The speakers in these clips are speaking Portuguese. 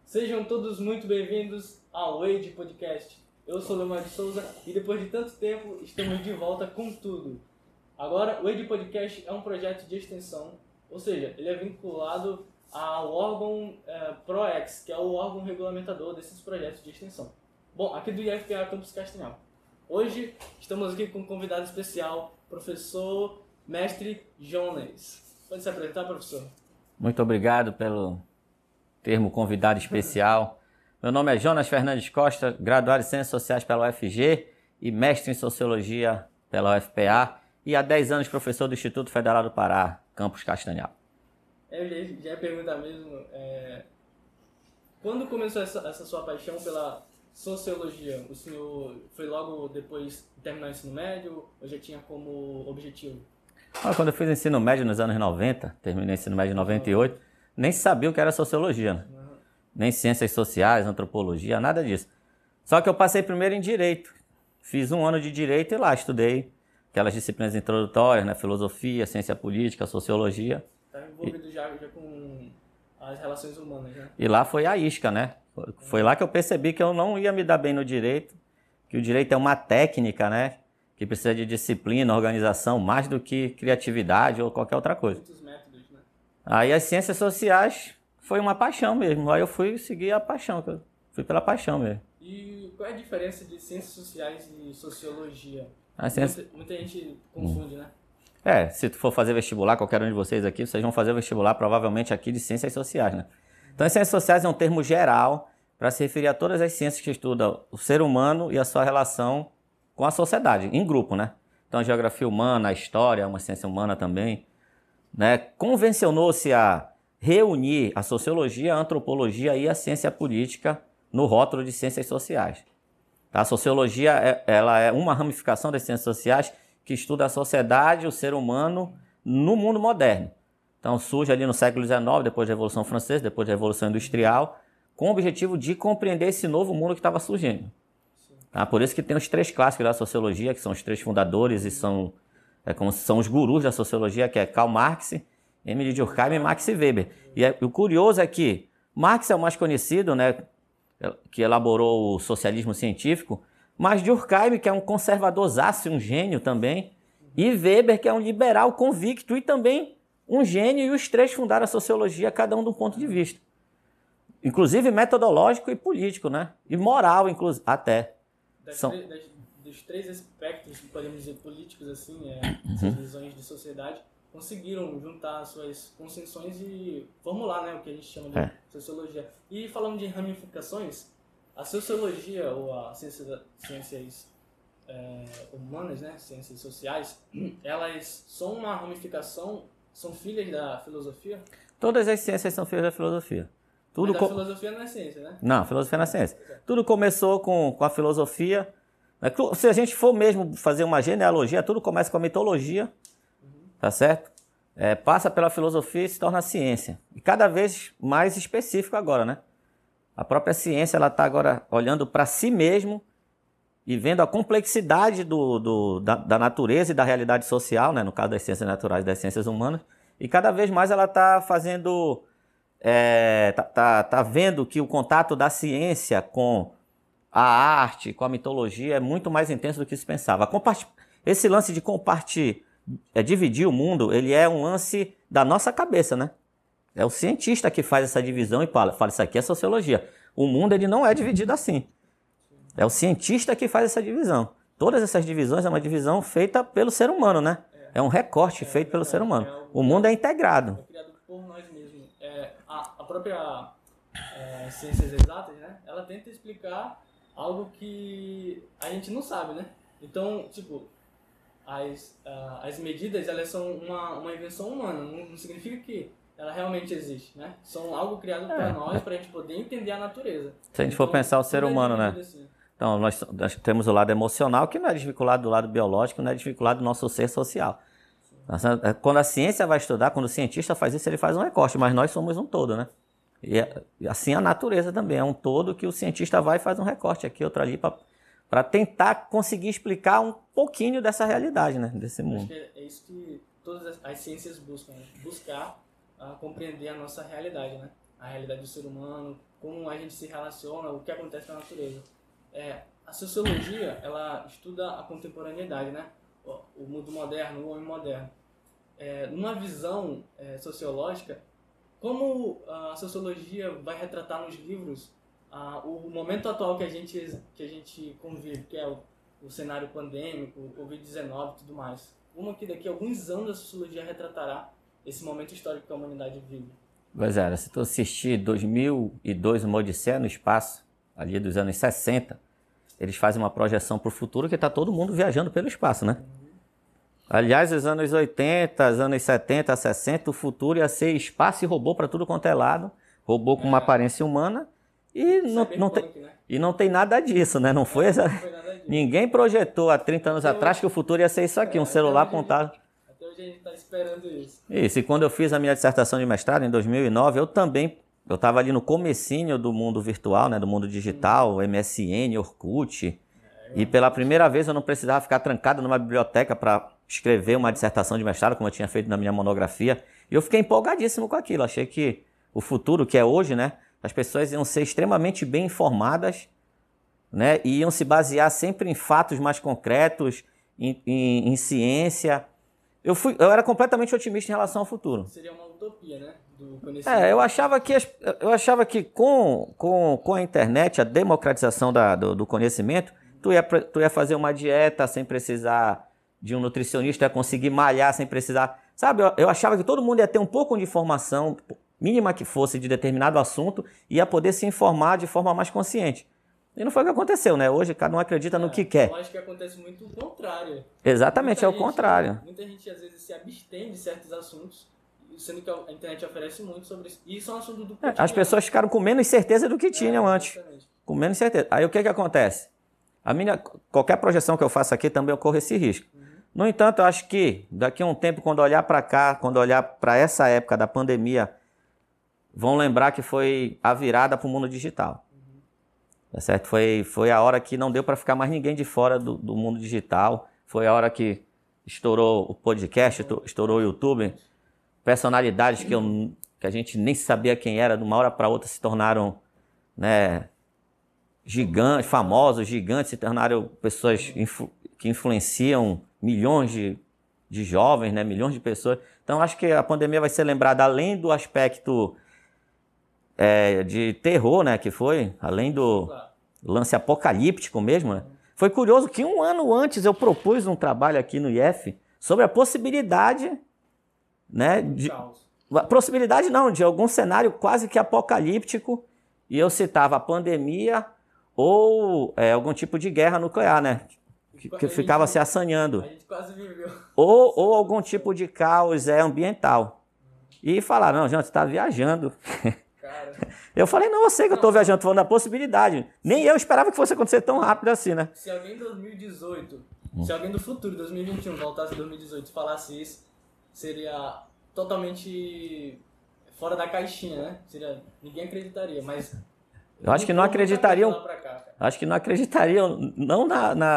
Sejam todos muito bem-vindos ao Wade Podcast. Eu sou o Leomar de Souza e depois de tanto tempo estamos de volta com tudo. Agora, o Wade Podcast é um projeto de extensão, ou seja, ele é vinculado ao órgão PROEX, que é o órgão regulamentador desses projetos de extensão. Bom, aqui do IFPA Campus Castanhal. Hoje estamos aqui com um convidado especial, professor mestre Jonas. Pode se apresentar, professor? Muito obrigado pelo termo convidado especial. Meu nome é Jonas Fernandes Costa, graduado em Ciências Sociais pela UFG e mestre em Sociologia pela UFPA e há 10 anos professor do Instituto Federal do Pará, Campus Castanhal. Eu já ia perguntar mesmo, quando começou essa sua paixão pela sociologia? O senhor foi logo depois de terminar o ensino médio ou já tinha como objetivo? Quando eu fiz ensino médio nos anos 90, terminei o ensino médio em 98, nem sabia o que era sociologia, né? Nem ciências sociais, antropologia, nada disso. Só que eu passei primeiro em Direito. Fiz um ano de Direito e lá estudei aquelas disciplinas introdutórias, né? Filosofia, Ciência Política, Sociologia. Está envolvido já com as relações humanas, né? E lá foi a isca, né? Foi lá que eu percebi que eu não ia me dar bem no Direito, que o Direito é uma técnica, né? Que precisa de disciplina, organização, mais do que criatividade ou qualquer outra coisa. Muitos métodos, né? Aí as ciências sociais foi uma paixão mesmo. Aí eu fui seguir a paixão, fui pela paixão mesmo. E qual é a diferença de ciências sociais e sociologia? Muita gente confunde, né? Se tu for fazer vestibular, qualquer um de vocês aqui, vocês vão fazer o vestibular provavelmente aqui de ciências sociais, né? Então as ciências sociais é um termo geral para se referir a todas as ciências que estudam o ser humano e a sua relação com a sociedade, em grupo, né? Então a geografia humana, a história é uma ciência humana também, né? Convencionou-se a reunir a sociologia, a antropologia e a ciência política no rótulo de ciências sociais. Tá? A sociologia ela é uma ramificação das ciências sociais que estuda a sociedade, o ser humano no mundo moderno. Então surge ali no século XIX, depois da Revolução Francesa, depois da Revolução Industrial, com o objetivo de compreender esse novo mundo que estava surgindo. Tá? Por isso que tem os 3 clássicos da sociologia, que são os 3 fundadores e são os gurus da sociologia, que é Karl Marx, Emile Durkheim e Max Weber. E o curioso é que Marx é o mais conhecido, né, que elaborou o socialismo científico, mas Durkheim, que é um conservadorzaço, um gênio também, e Weber, que é um liberal convicto e também um gênio, e os 3 fundaram a sociologia, cada um de um ponto de vista. Inclusive metodológico e político, né? E moral, inclusive, até. Dos 3 aspectos, podemos dizer, políticos, assim, essas visões de sociedade, conseguiram juntar suas concepções e formular, né, o que a gente chama de sociologia. E falando de ramificações, a sociologia ou as ciências humanas, né, ciências sociais, elas são uma ramificação, são filhas da filosofia? Todas as ciências são filhas da filosofia. Mas a filosofia não é ciência, né? Não, a filosofia não é ciência. Tudo começou com a filosofia. Se a gente for mesmo fazer uma genealogia, tudo começa com a mitologia, tá certo? Passa pela filosofia e se torna ciência. E cada vez mais específico agora, né? A própria ciência ela está agora olhando para si mesmo e vendo a complexidade da natureza e da realidade social, né? No caso das ciências naturais e das ciências humanas. E cada vez mais ela está fazendo... tá vendo que o contato da ciência com a arte, com a mitologia é muito mais intenso do que se pensava. Esse lance de dividir o mundo, ele é um lance da nossa cabeça, né? É o cientista que faz essa divisão e fala, isso aqui é sociologia. O mundo ele não é dividido assim. É o cientista que faz essa divisão. Todas essas divisões é uma divisão feita pelo ser humano, né? É um recorte feito pelo ser humano. O mundo é integrado. É criado por nós mesmos. A própria ciências exatas, né? Ela tenta explicar algo que a gente não sabe, né? Então, tipo, as medidas, elas são uma invenção humana, não significa que ela realmente existe, né? São algo criado para nós, para a gente poder entender a natureza. Se a gente for pensar o ser humano, né? Assim. Então, nós temos o lado emocional, que não é desvinculado do lado biológico, não é desvinculado do nosso ser social. Quando a ciência vai estudar, quando o cientista faz isso, ele faz um recorte, mas nós somos um todo, né? E assim a natureza também é um todo que o cientista vai e faz um recorte aqui, outro ali, para tentar conseguir explicar um pouquinho dessa realidade, né? Desse mundo. Acho que é isso que todas as ciências buscam, né? Buscar compreender a nossa realidade, né? a realidade do ser humano, como a gente se relaciona, o que acontece na natureza. A sociologia, ela estuda a contemporaneidade, né? O mundo moderno, o homem moderno. Numa visão sociológica, como a sociologia vai retratar nos livros o momento atual que a gente convive, que é o cenário pandêmico, o Covid-19 e tudo mais. Como que daqui a alguns anos a sociologia retratará esse momento histórico que a humanidade vive? Pois é, se tu assistir 2002, Uma Odisseia no Espaço, ali dos anos 60, eles fazem uma projeção para o futuro que está todo mundo viajando pelo espaço, né? Aliás, os anos 80, os anos 70, 60, o futuro ia ser espaço e robô para tudo quanto é lado, robô com uma aparência humana, e não tem nada disso, né? Não foi nada disso. Ninguém projetou há 30 anos atrás que o futuro ia ser isso aqui, um celular apontado. Até hoje a gente está esperando isso. Isso, e quando eu fiz a minha dissertação de mestrado, em 2009, eu estava ali no comecinho do mundo virtual, né, do mundo digital, MSN, Orkut, e pela primeira vez eu não precisava ficar trancado numa biblioteca para escrever uma dissertação de mestrado, como eu tinha feito na minha monografia, e eu fiquei empolgadíssimo com aquilo. Achei que o futuro, que é hoje, né, as pessoas iam ser extremamente bem informadas, né, e iam se basear sempre em fatos mais concretos, em ciência. Eu era completamente otimista em relação ao futuro. Seria uma utopia, né? Do conhecimento. Eu achava que com a internet, a democratização do conhecimento, tu ia fazer uma dieta sem precisar de um nutricionista, ia conseguir malhar sem precisar... Sabe, eu achava que todo mundo ia ter um pouco de informação, mínima que fosse, de determinado assunto, e ia poder se informar de forma mais consciente. E não foi o que aconteceu, né? Hoje cada um acredita no que quer. Eu acho que acontece muito o contrário. Exatamente, é o contrário. Muita gente às vezes se abstém de certos assuntos, sendo que a internet oferece muito sobre isso. E isso é um assunto do cotidiano. As pessoas ficaram com menos certeza do que tinham antes. Com menos certeza. Aí o que acontece? Qualquer projeção que eu faça aqui também ocorre esse risco. No entanto, eu acho que daqui a um tempo, quando olhar para cá, quando olhar para essa época da pandemia, vão lembrar que foi a virada para o mundo digital. Tá certo? Foi a hora que não deu para ficar mais ninguém de fora do mundo digital. Foi a hora que estourou o podcast, estourou o YouTube. Personalidades que a gente nem sabia quem era, de uma hora para outra se tornaram, né, gigantes, famosos, gigantes, se tornaram pessoas que influenciam milhões de jovens, né, milhões de pessoas. Então, acho que a pandemia vai ser lembrada, além do aspecto de terror, né, que foi, além do lance apocalíptico mesmo, né? Foi curioso que um ano antes eu propus um trabalho aqui no IF sobre a possibilidade, né, de algum cenário quase que apocalíptico, e eu citava a pandemia ou algum tipo de guerra nuclear, né, que ficava se assanhando. A gente quase viveu. Ou algum tipo de caos ambiental. E falaram, não, Jean, você está viajando. Eu falei, não, eu sei que eu estou viajando, estou falando da possibilidade. Nem eu esperava que fosse acontecer tão rápido assim, né? Se alguém em 2018, se alguém do futuro, 2021, voltasse em 2018 e falasse isso, seria totalmente fora da caixinha, né? Ninguém acreditaria, mas... Eu acho que não acreditariam... Acho que não acreditariam, não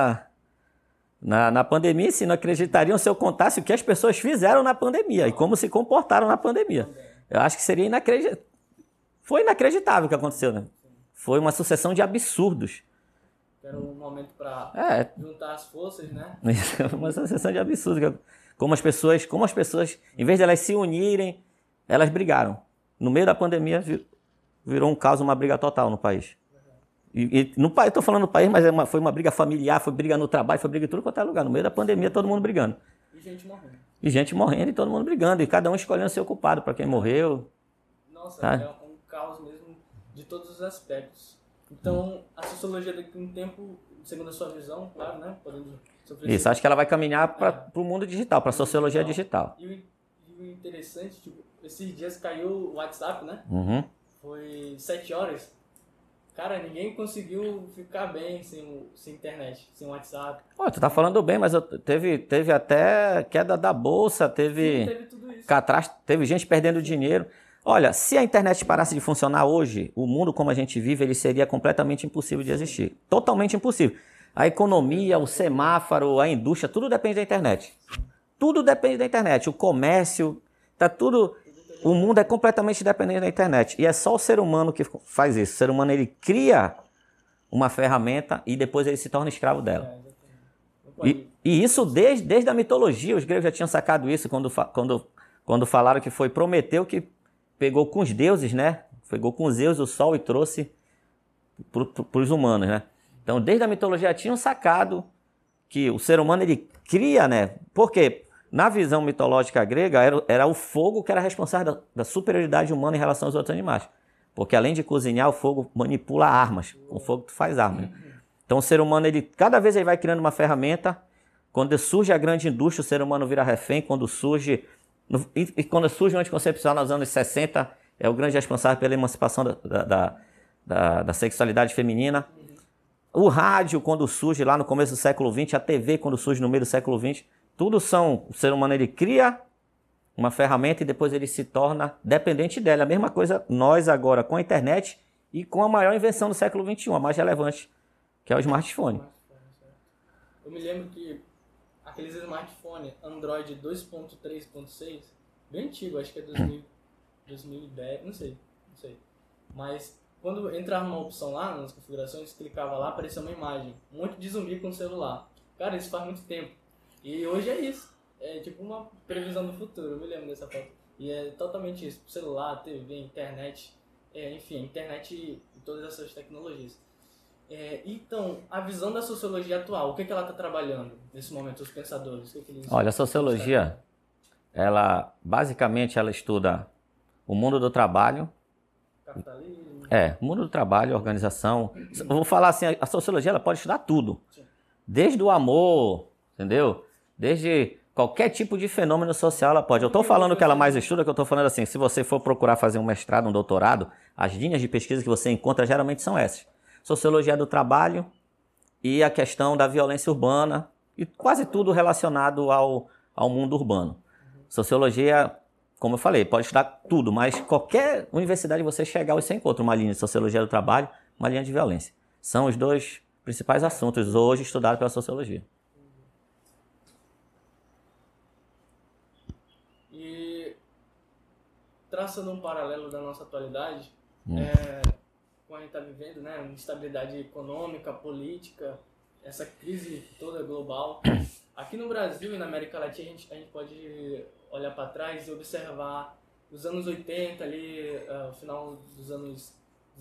na pandemia, se não acreditariam se eu contasse o que as pessoas fizeram na pandemia e como se comportaram na pandemia. Eu acho que seria inacreditável. Foi inacreditável o que aconteceu, né? Foi uma sucessão de absurdos. Era um momento para juntar as forças, né? Uma sucessão de absurdos. Como as pessoas, em vez de elas se unirem, elas brigaram. No meio da pandemia, virou um caos, uma briga total no país. E no país, estou falando no país, mas foi uma briga familiar, foi briga no trabalho, foi briga em tudo quanto é lugar. No meio da pandemia, todo mundo brigando. E gente morrendo. E gente morrendo e todo mundo brigando. E cada um escolhendo ser culpado para quem morreu. Nossa, é um caos mesmo de todos os aspectos. Então, a sociologia daqui a um tempo, segundo a sua visão, claro, né? Isso, acho que ela vai caminhar para o mundo digital, para a sociologia digital. E o interessante, tipo, esses dias caiu o WhatsApp, né? Uhum. Foi 7 horas. Cara, ninguém conseguiu ficar bem sem internet, sem WhatsApp. Tu tá falando bem, mas teve até queda da bolsa, teve tudo isso. Teve gente perdendo dinheiro. Olha, se a internet parasse de funcionar hoje, o mundo como a gente vive, ele seria completamente impossível de existir. Totalmente impossível. A economia, o semáforo, a indústria, tudo depende da internet. Tudo depende da internet. O comércio, tá tudo... O mundo é completamente dependente da internet. E é só o ser humano que faz isso. O ser humano, ele cria uma ferramenta e depois ele se torna escravo dela. E isso desde a mitologia. Os gregos já tinham sacado isso quando falaram que foi Prometeu que pegou com os deuses, né? Pegou com Zeus o sol e trouxe para os humanos, né? Então, desde a mitologia tinham sacado que o ser humano, ele cria, né? Por quê? Na visão mitológica grega, era o fogo que era responsável da superioridade humana em relação aos outros animais. Porque além de cozinhar, o fogo manipula armas. Com o fogo tu faz armas. Né? Então o ser humano, cada vez ele vai criando uma ferramenta. Quando surge a grande indústria, o ser humano vira refém. Quando surge o anticoncepcional nos anos 60, é o grande responsável pela emancipação da sexualidade feminina. O rádio, quando surge lá no começo do século XX, a TV, quando surge no meio do século XX, o ser humano, ele cria uma ferramenta e depois ele se torna dependente dela. A mesma coisa nós agora com a internet e com a maior invenção do século XXI, a mais relevante, que é o smartphone. Eu me lembro que aqueles smartphones Android 2.3.6, bem antigo, acho que é 2010, não sei. Mas quando entrava uma opção lá, nas configurações, clicava lá, aparecia uma imagem, um monte de zumbi com o celular. Cara, isso faz muito tempo. E hoje é isso. É tipo uma previsão do futuro, eu me lembro dessa foto. E é totalmente isso. Celular, TV, internet, enfim, internet e todas essas tecnologias. Então, a visão da sociologia atual, o que ela está trabalhando nesse momento, os pensadores? O que eles Olha, a sociologia, basicamente ela estuda o mundo do trabalho. Capitalismo. O mundo do trabalho, organização. Eu vou falar assim, a sociologia ela pode estudar tudo. Sim. Desde o amor, entendeu? Desde qualquer tipo de fenômeno social ela pode. Eu estou falando que ela mais estuda, que eu estou falando assim, se você for procurar fazer um mestrado, um doutorado, as linhas de pesquisa que você encontra geralmente são essas. Sociologia do trabalho e a questão da violência urbana e quase tudo relacionado ao mundo urbano. Sociologia, como eu falei, pode estudar tudo, mas qualquer universidade você chegar, você encontra uma linha de sociologia do trabalho, uma linha de violência. São os dois principais assuntos hoje estudados pela sociologia. Traçando um paralelo da nossa atualidade, com a gente está vivendo, né, instabilidade econômica, política, essa crise toda global. Aqui no Brasil e na América Latina, a gente pode olhar para trás e observar os anos 80, ali, o final dos anos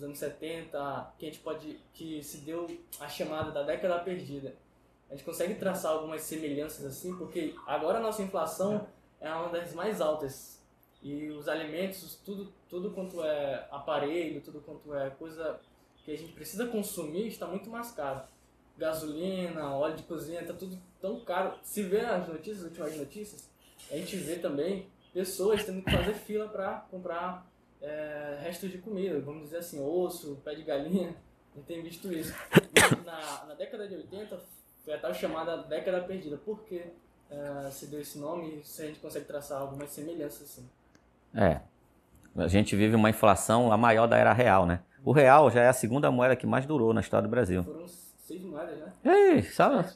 70, que se deu a chamada da década perdida. A gente consegue traçar algumas semelhanças assim, porque agora a nossa inflação é uma das mais altas. E os alimentos, tudo quanto é aparelho, tudo quanto é coisa que a gente precisa consumir está muito mais caro. Gasolina, óleo de cozinha, está tudo tão caro. Se vê as notícias, as últimas notícias, a gente vê também pessoas tendo que fazer fila para comprar restos de comida, vamos dizer assim, osso, pé de galinha. A gente tem visto isso. Na década de 80 foi a tal chamada década perdida. Por que se deu esse nome? Se a gente consegue traçar algumas semelhanças assim. A gente vive uma inflação a maior da era real, né? O real já é a segunda moeda que mais durou na história do Brasil. Foram 6 moedas, né? Sabe?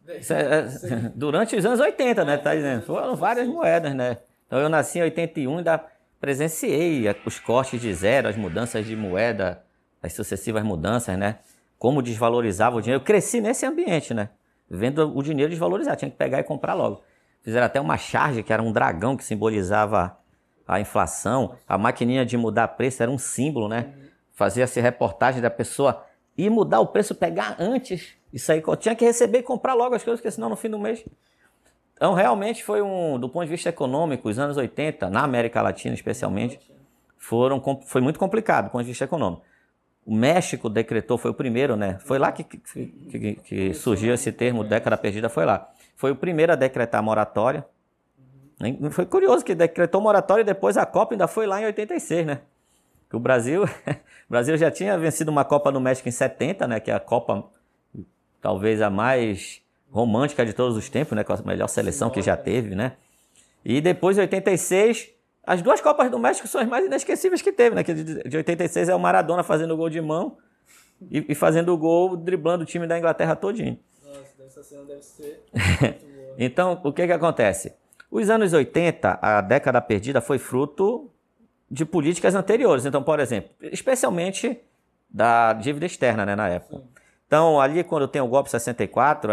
Durante os anos 80, né? Tá dizendo? Foram várias moedas, né? Então eu nasci em 81 e ainda presenciei os cortes de zero, as mudanças de moeda, as sucessivas mudanças, né? Como desvalorizava o dinheiro. Eu cresci nesse ambiente, né? Vendo o dinheiro desvalorizar, tinha que pegar e comprar logo. Fizeram até uma charge, que era um dragão que simbolizava a inflação. A maquininha de mudar preço era um símbolo, né? Fazia-se reportagem da pessoa ir mudar o preço, pegar antes. Isso aí, tinha que receber e comprar logo as coisas, porque senão no fim do mês... Então, realmente foi do ponto de vista econômico, os anos 80, na América Latina especialmente, foi muito complicado do ponto de vista econômico. O México decretou, foi o primeiro, né? Foi lá que surgiu esse termo, década perdida, foi lá. Foi o primeiro a decretar moratória. Foi curioso que decretou moratória e depois a Copa ainda foi lá em 86, né? Que o Brasil já tinha vencido uma Copa no México em 70, né? Que é a Copa talvez a mais romântica de todos os tempos, né? Com a melhor seleção que já teve, né? E depois de 86, as duas Copas do México são as mais inesquecíveis que teve, né? Que de 86 é o Maradona fazendo o gol de mão e fazendo o gol, driblando o time da Inglaterra todinho. Nossa, essa cena deve ser muito boa. Então, o que acontece? Os anos 80, a década perdida, foi fruto de políticas anteriores. Então, por exemplo, especialmente da dívida externa, né, na época. Sim. Então, ali quando tem o golpe 64,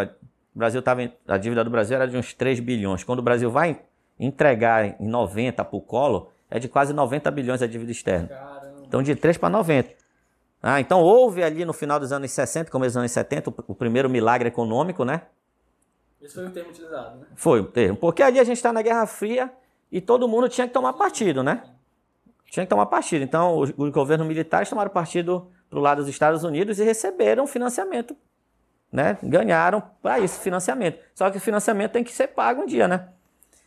a dívida do Brasil era de uns 3 bilhões. Quando o Brasil vai entregar em 90 para o Collor, é de quase 90 bilhões a dívida externa. Caramba. Então, de 3 para 90. Então, houve ali no final dos anos 60, começo dos anos 70, o primeiro milagre econômico, né? Esse foi o termo utilizado, né? Foi o termo. Porque ali a gente está na Guerra Fria e todo mundo tinha que tomar partido, né? Tinha que tomar partido. Então, os governos militares tomaram partido para o lado dos Estados Unidos e receberam financiamento, né? Ganharam para isso financiamento. Só que o financiamento tem que ser pago um dia, né?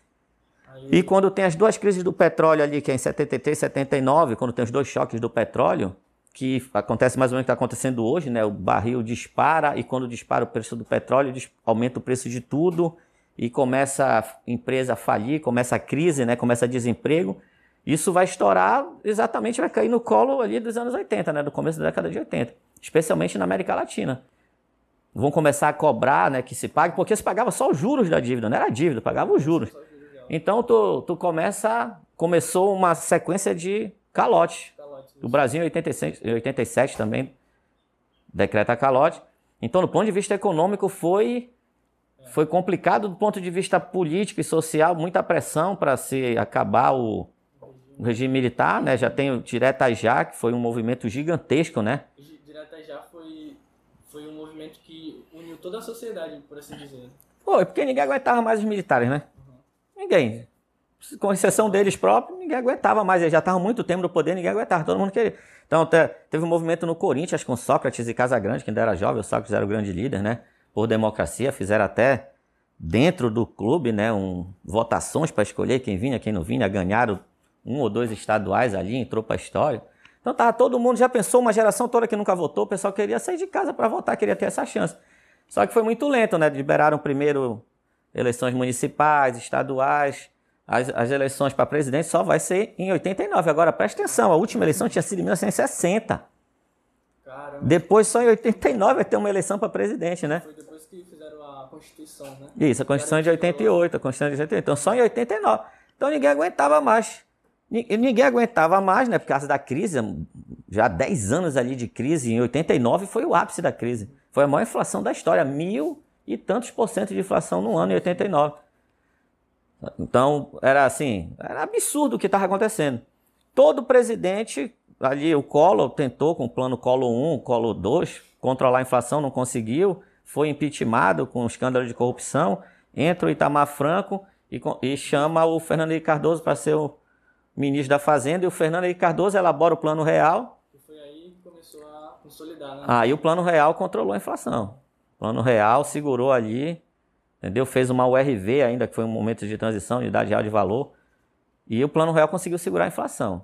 E quando tem as duas crises do petróleo ali, que é em 73 e 79, quando tem os dois choques do petróleo, que acontece mais ou menos o que está acontecendo hoje, né? O barril dispara e quando dispara o preço do petróleo, aumenta o preço de tudo e começa a empresa a falir, começa a crise, né? Começa desemprego. Isso vai estourar exatamente, vai cair no colo ali dos anos 80, né? Do começo da década de 80, especialmente na América Latina. Vão começar a cobrar, né? Que se pague, porque se pagava só os juros da dívida, não era dívida, pagava os juros. Então começou uma sequência de calote. O Brasil em 87 também decreta calote. Então, do ponto de vista econômico, foi complicado. Do ponto de vista político e social, muita pressão para se acabar o regime militar, né? Já tem o Direta Já, que foi um movimento gigantesco, né? Direta Já foi um movimento que uniu toda a sociedade, por assim dizer. Foi, porque ninguém aguentava mais os militares, né? Ninguém. Com exceção deles próprios, ninguém aguentava mais. Eles já estavam muito tempo no poder, ninguém aguentava. Todo mundo queria. Então, teve um movimento no Corinthians com Sócrates e Casagrande, que ainda era jovem. O Sócrates era o grande líder, né? Por democracia. Fizeram até dentro do clube, né? Votações para escolher quem vinha, quem não vinha. Ganharam 1 ou 2 estaduais ali, entrou para a história. Então, tava todo mundo, já pensou, uma geração toda que nunca votou. O pessoal queria sair de casa para votar, queria ter essa chance. Só que foi muito lento, né? Liberaram primeiro eleições municipais, estaduais. As eleições para presidente só vai ser em 89. Agora, presta atenção, a última eleição tinha sido em 1960. Caramba. Depois, só em 89 vai ter uma eleição para presidente, né? Foi depois que fizeram a Constituição, né? Isso, a Constituição de 88, a Constituição de 88. Então, só em 89. Então, ninguém aguentava mais. Ninguém aguentava mais, né? Por causa da crise, já 10 anos ali de crise. Em 89 foi o ápice da crise. Foi a maior inflação da história, 1.000 e tantos % de inflação no ano, em 89. Então, era absurdo o que estava acontecendo. Todo presidente, ali o Collor tentou com o plano Collor 1, Collor 2, controlar a inflação, não conseguiu, foi impeachmentado com um escândalo de corrupção, entra o Itamar Franco e chama o Fernando Henrique Cardoso para ser o ministro da Fazenda, e o Fernando Henrique Cardoso elabora o Plano Real. E foi aí que começou a consolidar, né? Aí o Plano Real controlou a inflação. O Plano Real segurou ali, entendeu? Fez uma URV ainda, que foi um momento de transição, unidade real de valor, e o Plano Real conseguiu segurar a inflação.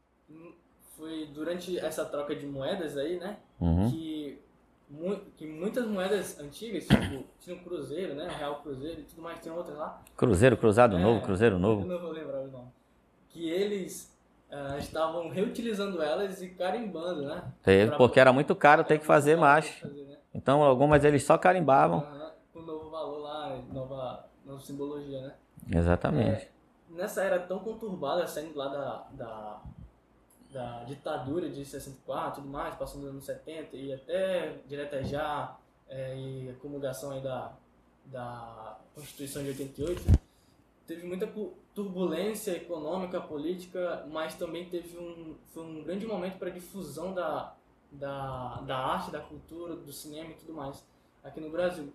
Foi durante essa troca de moedas aí, né? Que muitas moedas antigas, tipo, tinha o Cruzeiro, né? O Real Cruzeiro e tudo mais, tem outras lá. Cruzeiro, Cruzado Novo, Cruzeiro Novo. Eu não vou lembrar o nome. Que eles estavam reutilizando elas e carimbando, né? Porque era muito caro ter que fazer mais. Né? Então, algumas eles só carimbavam. Com novo valor lá, nova simbologia, né? Exatamente. Nessa era tão conturbada, saindo lá da ditadura de 64 e tudo mais, passando nos anos 70 e até Direta Já e a promulgação aí da Constituição de 88, teve muita turbulência econômica, política, mas também foi um grande momento para a difusão da arte, da cultura, do cinema e tudo mais aqui no Brasil.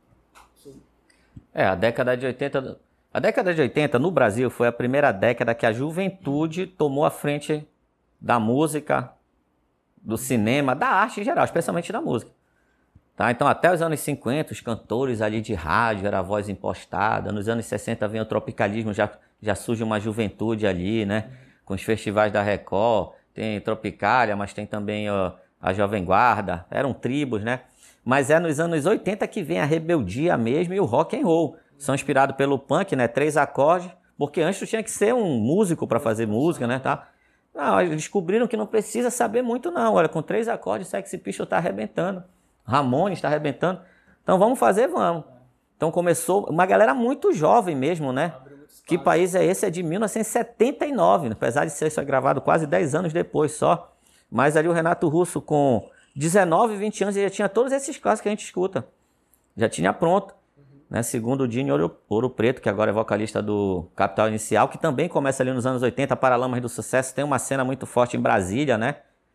A década de 80 no Brasil foi a primeira década que a juventude tomou a frente da música, do cinema, da arte em geral, especialmente da música. Tá? Então, até os anos 50, os cantores ali de rádio, era a voz impostada. Nos anos 60 vem o tropicalismo, já surge uma juventude ali, né? Com os festivais da Record, tem Tropicália, mas tem também a Jovem Guarda, eram tribos, né? Mas é nos anos 80 que vem a rebeldia mesmo e o rock and roll. São inspirados pelo punk, né? 3 acordes, porque antes tu tinha que ser um músico para fazer música, né? Tá? Não, eles descobriram que não precisa saber muito não. Olha, com 3 acordes, Sex Pistols tá arrebentando. Ramones está arrebentando. Então vamos fazer, vamos. Então começou uma galera muito jovem mesmo, né? Que País é Esse? É de 1979, apesar de ser gravado quase 10 anos depois só. Mas ali o Renato Russo com 19, 20 anos, ele já tinha todos esses clássicos que a gente escuta. Já tinha pronto. Né? Segundo o Dini Ouro Preto, que agora é vocalista do Capital Inicial, que também começa ali nos anos 80, Paralamas do Sucesso, tem uma cena muito forte em Brasília, né?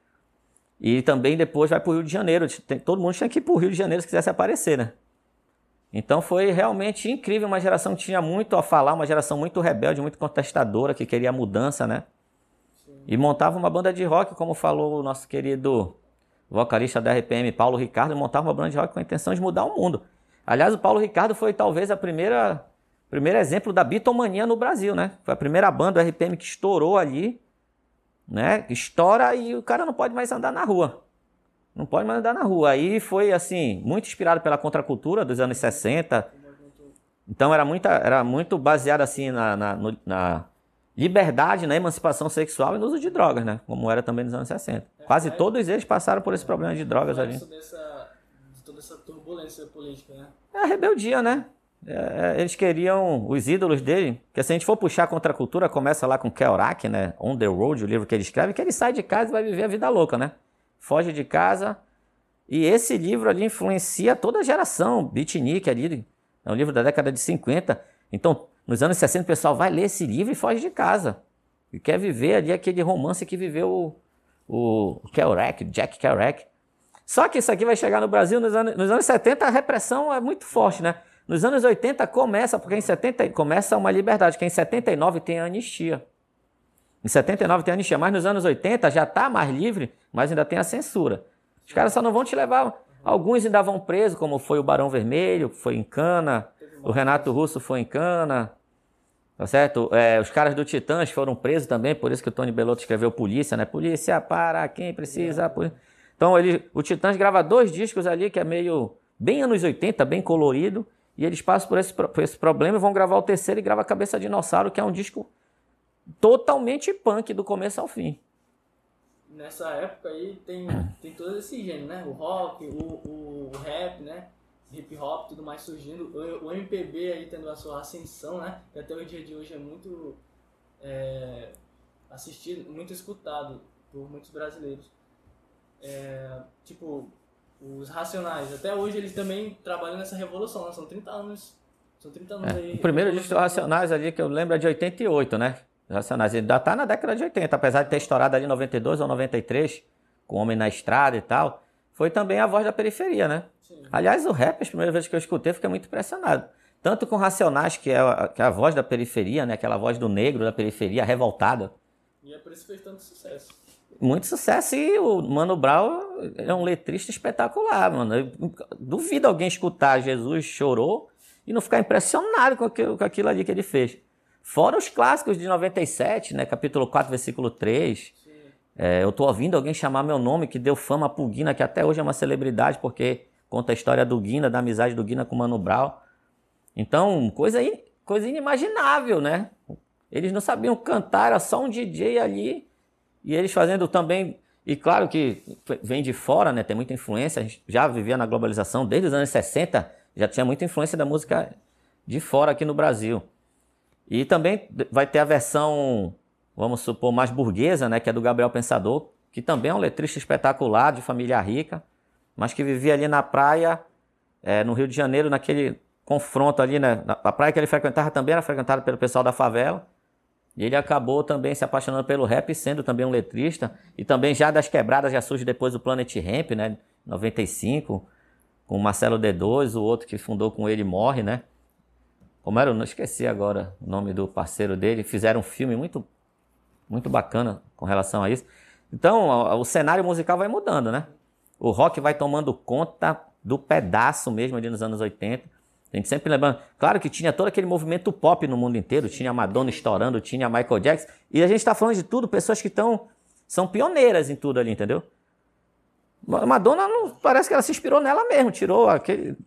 E também depois vai para o Rio de Janeiro. Todo mundo tinha que ir para o Rio de Janeiro se quisesse aparecer, né? Então foi realmente incrível, uma geração que tinha muito a falar, uma geração muito rebelde, muito contestadora, que queria mudança, né? Sim. E montava uma banda de rock, como falou o nosso querido vocalista da RPM, Paulo Ricardo, montava uma banda de rock com a intenção de mudar o mundo. Aliás, o Paulo Ricardo foi talvez o primeiro exemplo da bitomania no Brasil, né? Foi a primeira banda do RPM que estourou ali, né? Estoura e o cara não pode mais andar na rua. Não pode mais andar na rua. Aí foi, assim, muito inspirado pela contracultura dos anos 60. Então era muito baseado, assim, na liberdade, na emancipação sexual e no uso de drogas, né? Como era também nos anos 60. Quase todos eles passaram por esse problema de drogas ali. De toda essa turbulência política, né? É a rebeldia, né? Eles queriam os ídolos dele, porque se a gente for puxar a contracultura, começa lá com Kerouac, né? On the Road, o livro que ele escreve, que ele sai de casa e vai viver a vida louca, né? Foge de casa. E esse livro ali influencia toda a geração. Beatnik ali, é um livro da década de 50. Então, nos anos 60, o pessoal vai ler esse livro e foge de casa. E quer viver ali aquele romance que viveu o Kerouac, Jack Kerouac. Só que isso aqui vai chegar no Brasil nos anos 70, a repressão é muito forte, né? Nos anos 80 começa, porque em 70 começa uma liberdade, que em 79 tem a anistia. Em 79 tem a anistia, mas nos anos 80 já está mais livre, mas ainda tem a censura. Os caras só não vão te levar. Alguns ainda vão presos, como foi o Barão Vermelho, que foi em cana, o Renato Russo foi em cana, tá certo? Os caras do Titãs foram presos também, por isso que o Tony Bellotto escreveu Polícia, né? Polícia para quem precisa. Então o Titãs grava 2 discos ali, que é meio bem anos 80, bem colorido, e eles passam por esse problema e vão gravar o terceiro e grava Cabeça de Dinossauro, que é um disco totalmente punk do começo ao fim. Nessa época aí tem todo esse gênero, né? O rock, o rap, né? Hip hop, tudo mais surgindo. O MPB aí tendo a sua ascensão, né? Que até o dia de hoje é muito assistido, muito escutado por muitos brasileiros. Tipo, os Racionais. Até hoje eles também trabalham nessa revolução, né? São 30 anos. Aí. O primeiro disco dos Racionais ali, que eu lembro, é de 88, né? Racionais. Ele ainda tá na década de 80, apesar de ter estourado ali em 92 ou 93, com o Homem na Estrada e tal. Foi também a voz da periferia, né? Sim. Aliás, o rap, as primeiras vezes que eu escutei, fiquei muito impressionado. Tanto com Racionais, que é a voz da periferia, né? Aquela voz do negro da periferia, revoltada. E é por isso que fez tanto sucesso. Muito sucesso, e o Mano Brown é um letrista espetacular, mano. Eu duvido alguém escutar Jesus Chorou e não ficar impressionado com aquilo ali que ele fez. Fora os clássicos de 97, né? Capítulo 4, versículo 3. Eu tô ouvindo alguém chamar meu nome, que deu fama pro Guina, que até hoje é uma celebridade, porque conta a história do Guina, da amizade do Guina com o Mano Brown. Então, coisa inimaginável, né? Eles não sabiam cantar, era só um DJ ali. E eles fazendo também... E claro que vem de fora, né? Tem muita influência. A gente já vivia na globalização desde os anos 60. Já tinha muita influência da música de fora aqui no Brasil. E também vai ter a versão, vamos supor, mais burguesa, né, que é do Gabriel Pensador, que também é um letrista espetacular, de família rica, mas que vivia ali na praia, no Rio de Janeiro, naquele confronto ali, né? A praia que ele frequentava também era frequentada pelo pessoal da favela, e ele acabou também se apaixonando pelo rap, sendo também um letrista, e também já das quebradas já surge depois o Planet Hemp, né, 95, com o Marcelo D2, o outro que fundou com ele morre, né? Como era? Eu não esqueci agora o nome do parceiro dele. Fizeram um filme muito, muito bacana com relação a isso. Então, o cenário musical vai mudando, né? O rock vai tomando conta do pedaço mesmo ali nos anos 80. A gente sempre lembrando. Claro que tinha todo aquele movimento pop no mundo inteiro. Tinha Madonna estourando, tinha Michael Jackson. E a gente está falando de tudo, pessoas que são pioneiras em tudo ali, entendeu? Madonna, parece que ela se inspirou nela mesmo. Tirou aquilo.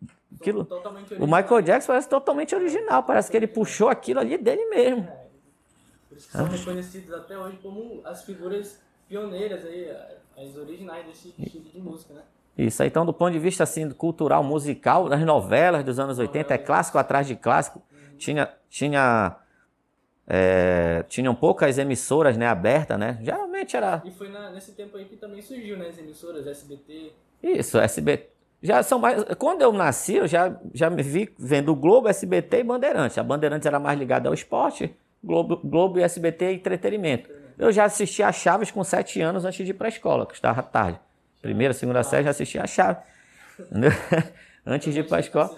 O Michael Jackson parece totalmente original, parece que ele puxou aquilo ali dele mesmo. Por isso que são reconhecidos até hoje como as figuras pioneiras aí, as originais desse estilo de música, né? Isso aí, então, do ponto de vista assim, cultural, musical, nas novelas dos anos 80, é clássico atrás de clássico. Tinha tinham poucas emissoras, né, abertas, né? Geralmente era... E foi nesse tempo aí que também surgiu, né, as emissoras, SBT. Isso, SBT. Já são mais... Quando eu nasci, eu já me vi vendo o Globo, SBT e Bandeirantes. A Bandeirantes era mais ligada ao esporte, Globo e SBT é entretenimento. Eu já assistia a Chaves com 7 anos antes de ir para a escola, que estava tarde. Primeira, segunda série, já assistia a Chaves. Entendeu? Antes de ir para a escola.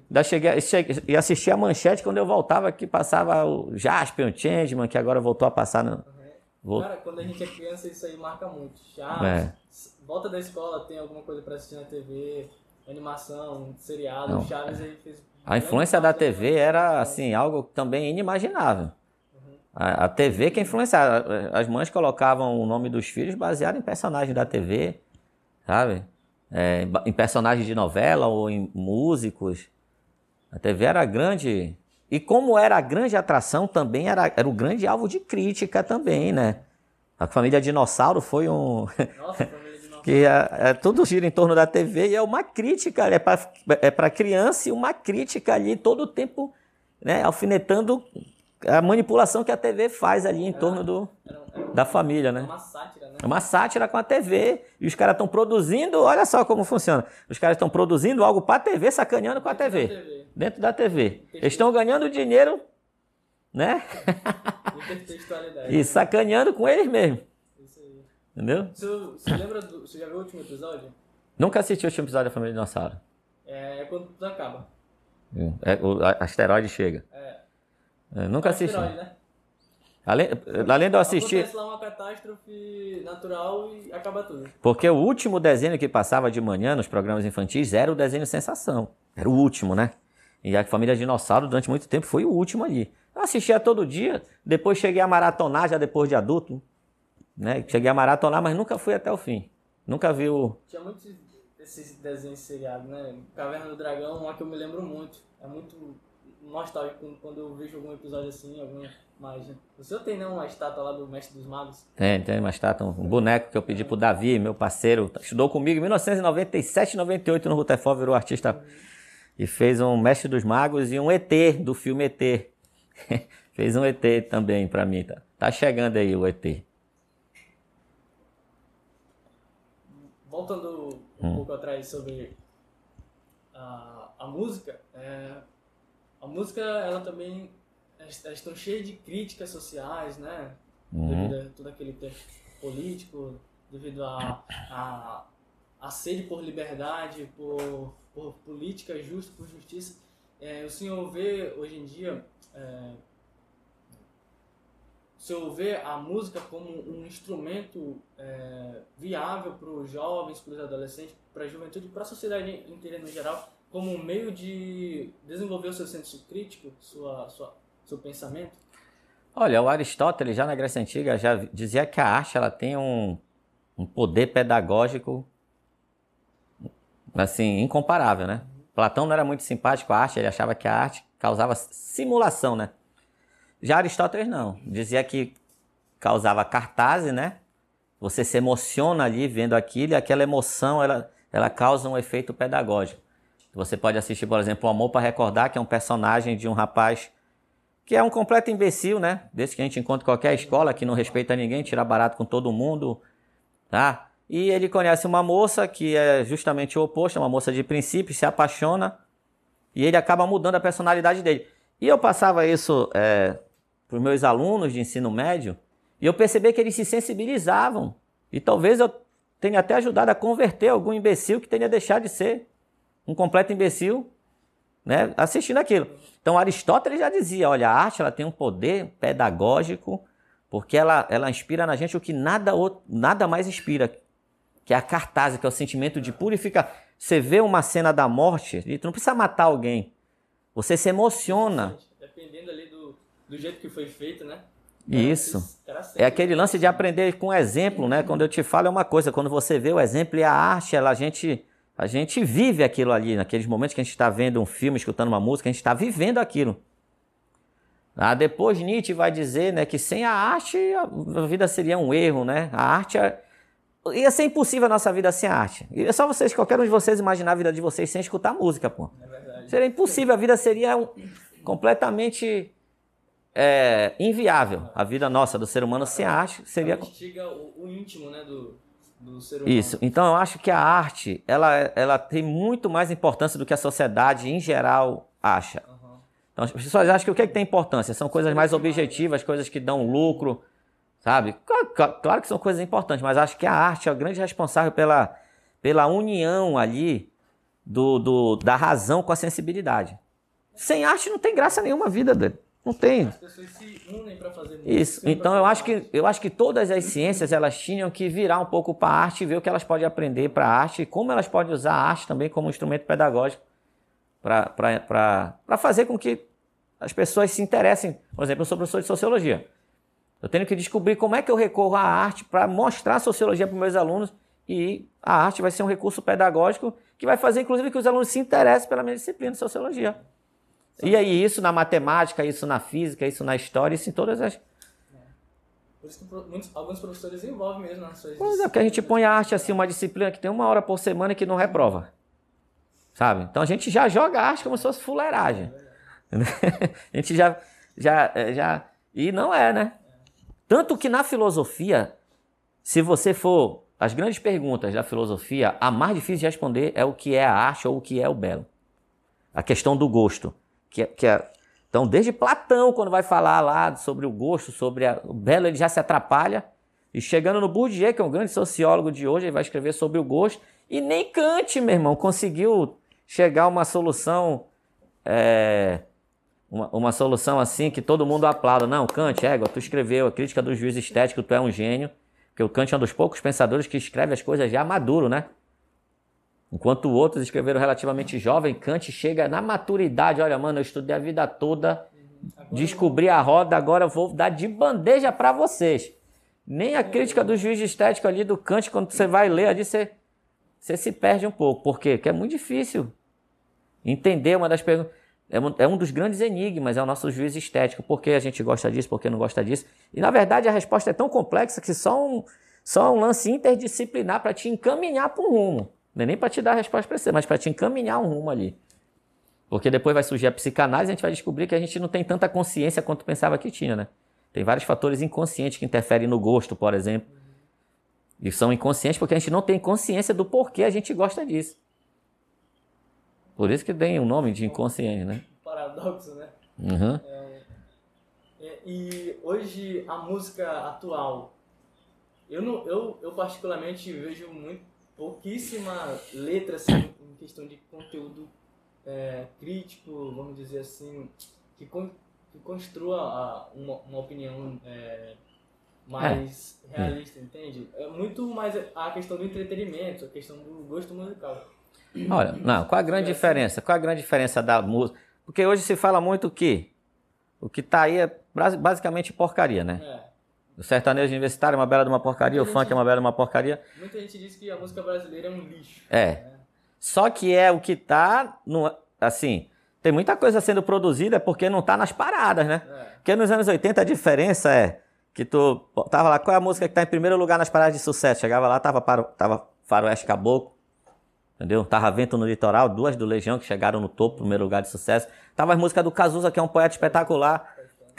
E assistia a Manchete quando eu voltava, que passava o Jasper, o Changeman, que agora voltou a passar. Cara, quando a gente é criança, isso aí marca muito. Chaves, volta da escola, tem alguma coisa para assistir na TV, animação, seriado, não. Chaves aí fez... A influência da TV era, assim, algo também inimaginável. A TV que influenciava. As mães colocavam o nome dos filhos baseado em personagens da TV, sabe? Em personagens de novela ou em músicos. A TV era grande. E como era a grande atração, também era o grande alvo de crítica também, né? A Família Dinossauro foi um... Nossa, a Família Dinossauro. Que tudo gira em torno da TV e é uma crítica, é para criança e uma crítica ali todo o tempo, né? Alfinetando a manipulação que a TV faz ali em torno da família, né? É uma sátira, né? É uma sátira com a TV. E os caras estão produzindo, olha só como funciona. Os caras estão produzindo algo para a TV, sacaneando com a TV. Dentro da TV. Eles estão ganhando dinheiro, né? Intertextualidade. E sacaneando com eles mesmos. Isso aí. Entendeu? Você lembra você já viu o último episódio? Nunca assisti o último episódio da Família Dinossauro. É quando tudo acaba. O asteroide chega. Nunca assisti. Né? Além de eu assistir... Acontece lá uma catástrofe natural e acaba tudo. Porque o último desenho que passava de manhã nos programas infantis era o desenho Sensação. Era o último, né? E a Família Dinossauro, durante muito tempo, foi o último ali. Eu assistia todo dia, depois cheguei a maratonar, já depois de adulto, né? Cheguei a maratonar, mas nunca fui até o fim. Nunca vi o... Tinha muitos esses desenhos seriados, né? Caverna do Dragão, uma que eu me lembro muito. É muito nostálgico quando eu vejo algum episódio assim, alguma imagem. O senhor tem, né, uma estátua lá do Mestre dos Magos? Tem uma estátua, um boneco que eu pedi pro Davi, meu parceiro, estudou comigo em 1997, 98 no Rutherford, virou artista e fez um Mestre dos Magos e um ET, do filme ET. Fez um ET também pra mim, tá chegando aí o ET. Voltando um pouco atrás sobre a música, a música, ela também, elas estão cheias de críticas sociais, né? Devido a todo aquele tempo político, devido a sede por liberdade, por política justa, por justiça. O senhor vê hoje em dia, o senhor vê a música como um instrumento viável para os jovens, para os adolescentes, para a juventude, para a sociedade inteira no geral, como um meio de desenvolver o seu senso crítico, seu pensamento? Olha, o Aristóteles, já na Grécia Antiga, já dizia que a arte ela tem um poder pedagógico assim, incomparável, né? Platão não era muito simpático à arte, ele achava que a arte causava simulação, né? Já Aristóteles não, dizia que causava cartaz, né? Você se emociona ali vendo aquilo e aquela emoção, ela causa um efeito pedagógico. Você pode assistir, por exemplo, O Amor para Recordar, que é um personagem de um rapaz que é um completo imbecil, né? Desse que a gente encontra em qualquer escola, que não respeita ninguém, tira barato com todo mundo, tá? E ele conhece uma moça que é justamente o oposto, uma moça de princípios, se apaixona e ele acaba mudando a personalidade dele. E eu passava isso para os meus alunos de ensino médio e eu percebi que eles se sensibilizavam. E talvez eu tenha até ajudado a converter algum imbecil que tenha deixado de ser um completo imbecil, né, assistindo aquilo. Então Aristóteles já dizia, olha, a arte ela tem um poder pedagógico porque ela inspira na gente o que nada mais inspira, que é a cartaz, que é o sentimento de purificar. Você vê uma cena da morte, e tu não precisa matar alguém, você se emociona. Dependendo ali do jeito que foi feito, né? Isso. É aquele lance de aprender com exemplo, né? Quando eu te falo é uma coisa, quando você vê o exemplo e a arte, a gente vive aquilo ali, naqueles momentos que a gente está vendo um filme, escutando uma música, a gente está vivendo aquilo. Depois Nietzsche vai dizer, né, que sem a arte a vida seria um erro, né? A arte ia ser impossível a nossa vida sem a arte. E é só vocês, qualquer um de vocês imaginar a vida de vocês sem escutar música, pô. É verdade. Seria impossível, a vida seria completamente inviável. A vida nossa do ser humano sem a arte seria... Ela instiga o íntimo, né, do ser humano. Isso. Então eu acho que a arte, ela tem muito mais importância do que a sociedade em geral acha. Então as pessoas acham que o que tem importância? São coisas mais objetivas, coisas que dão lucro, sabe? Claro que são coisas importantes, mas acho que a arte é o grande responsável pela união ali da razão com a sensibilidade. Sem arte não tem graça nenhuma a vida dele. Não tem. As pessoas se unem para fazer música. Isso. Então eu acho que todas as ciências elas tinham que virar um pouco para a arte e ver o que elas podem aprender para a arte e como elas podem usar a arte também como instrumento pedagógico para fazer com que as pessoas se interessem. Por exemplo, eu sou professor de sociologia. Eu tenho que descobrir como é que eu recorro à arte para mostrar a sociologia para os meus alunos e a arte vai ser um recurso pedagógico que vai fazer, inclusive, que os alunos se interessem pela minha disciplina de sociologia. E aí isso na matemática, isso na física, isso na história, isso em todas as... Por isso que alguns professores envolvem mesmo nas suas... Pois é, porque a gente põe a arte assim, uma disciplina que tem 1 hora por semana e que não reprova. Sabe? Então a gente já joga a arte como se fosse fuleiragem. A gente já... E não é, né? Tanto que na filosofia, se você for... As grandes perguntas da filosofia, a mais difícil de responder é o que é a arte ou o que é o belo. A questão do gosto. Então, desde Platão, quando vai falar lá sobre o gosto, sobre o belo, ele já se atrapalha. E chegando no Bourdieu, que é um grande sociólogo de hoje, ele vai escrever sobre o gosto. E nem Kant, meu irmão, conseguiu chegar a uma solução... Uma solução assim que todo mundo aplauda. Não, Kant, tu escreveu a crítica do juízo estético, tu é um gênio. Porque o Kant é um dos poucos pensadores que escreve as coisas já maduro, né? Enquanto outros escreveram relativamente jovem, Kant chega na maturidade. Olha, mano, eu estudei a vida toda, descobri a roda, agora eu vou dar de bandeja para vocês. Nem a crítica do juízo estético ali do Kant, quando você vai ler ali, você se perde um pouco. Por quê? Porque é muito difícil entender uma das perguntas. É um dos grandes enigmas, é o nosso juízo estético. Por que a gente gosta disso, por que não gosta disso? E, na verdade, a resposta é tão complexa que só um lance interdisciplinar para te encaminhar para um rumo. Não é nem para te dar a resposta para você, mas para te encaminhar um rumo ali. Porque depois vai surgir a psicanálise e a gente vai descobrir que a gente não tem tanta consciência quanto pensava que tinha, né? Tem vários fatores inconscientes que interferem no gosto, por exemplo. E são inconscientes porque a gente não tem consciência do porquê a gente gosta disso. Por isso que tem o nome de inconsciente, né? Paradoxo, né? Uhum. E hoje a música atual, eu particularmente vejo pouquíssima letra assim, em questão de conteúdo crítico, vamos dizer assim, que construa uma opinião mais realista, entende? É muito mais a questão do entretenimento, a questão do gosto musical. Olha, não, qual a grande diferença? Qual a grande diferença da música? Porque hoje se fala muito que o que tá aí é basicamente porcaria, né? O sertanejo universitário é uma bela de uma porcaria, o funk é uma bela de uma porcaria. Muita gente diz que a música brasileira é um lixo. Só que é o que tá, assim, tem muita coisa sendo produzida porque não tá nas paradas, né? Porque nos anos 80 a diferença é que tu tava lá, qual é a música que tá em primeiro lugar nas paradas de sucesso? Chegava lá, tava Faroeste Caboclo. Entendeu? Tava Vento no Litoral, 2 do Legião que chegaram no topo, primeiro lugar de sucesso. Tava as músicas do Cazuza, que é um poeta espetacular.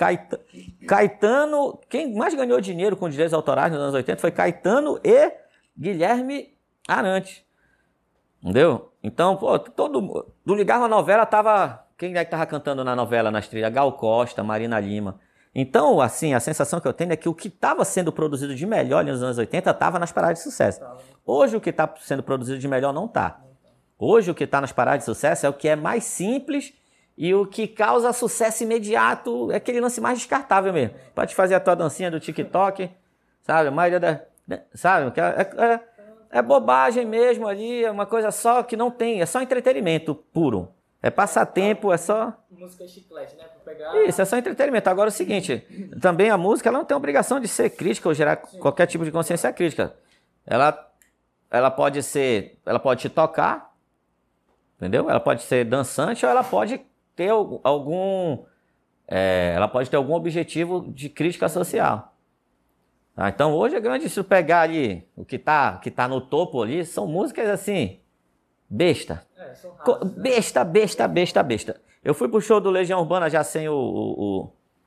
Caetano, quem mais ganhou dinheiro com direitos autorais nos anos 80 foi Caetano e Guilherme Arantes. Entendeu? Então, pô, do Ligava a Novela tava... Quem é que tava cantando na novela, nas trilhas? Gal Costa, Marina Lima. Então, assim, a sensação que eu tenho é que o que estava sendo produzido de melhor nos anos 80 estava nas paradas de sucesso. Hoje o que está sendo produzido de melhor não está. Hoje o que está nas paradas de sucesso é o que é mais simples e o que causa sucesso imediato, é aquele lance mais descartável mesmo. Pode fazer a tua dancinha do TikTok, sabe? A maioria sabe? É bobagem mesmo ali, é uma coisa só que não tem, é só entretenimento puro. É passatempo, é só... Música chiclete, né? Pra pegar... Isso, é só entretenimento. Agora é o seguinte, também a música ela não tem obrigação de ser crítica ou gerar qualquer tipo de consciência crítica. Ela pode te tocar, entendeu? Ela pode ser dançante ou ela pode ter algum objetivo de crítica social. Então hoje é grande se pegar ali o que tá no topo ali, são músicas assim... Besta. São raras, besta. Eu fui pro show do Legião Urbana já sem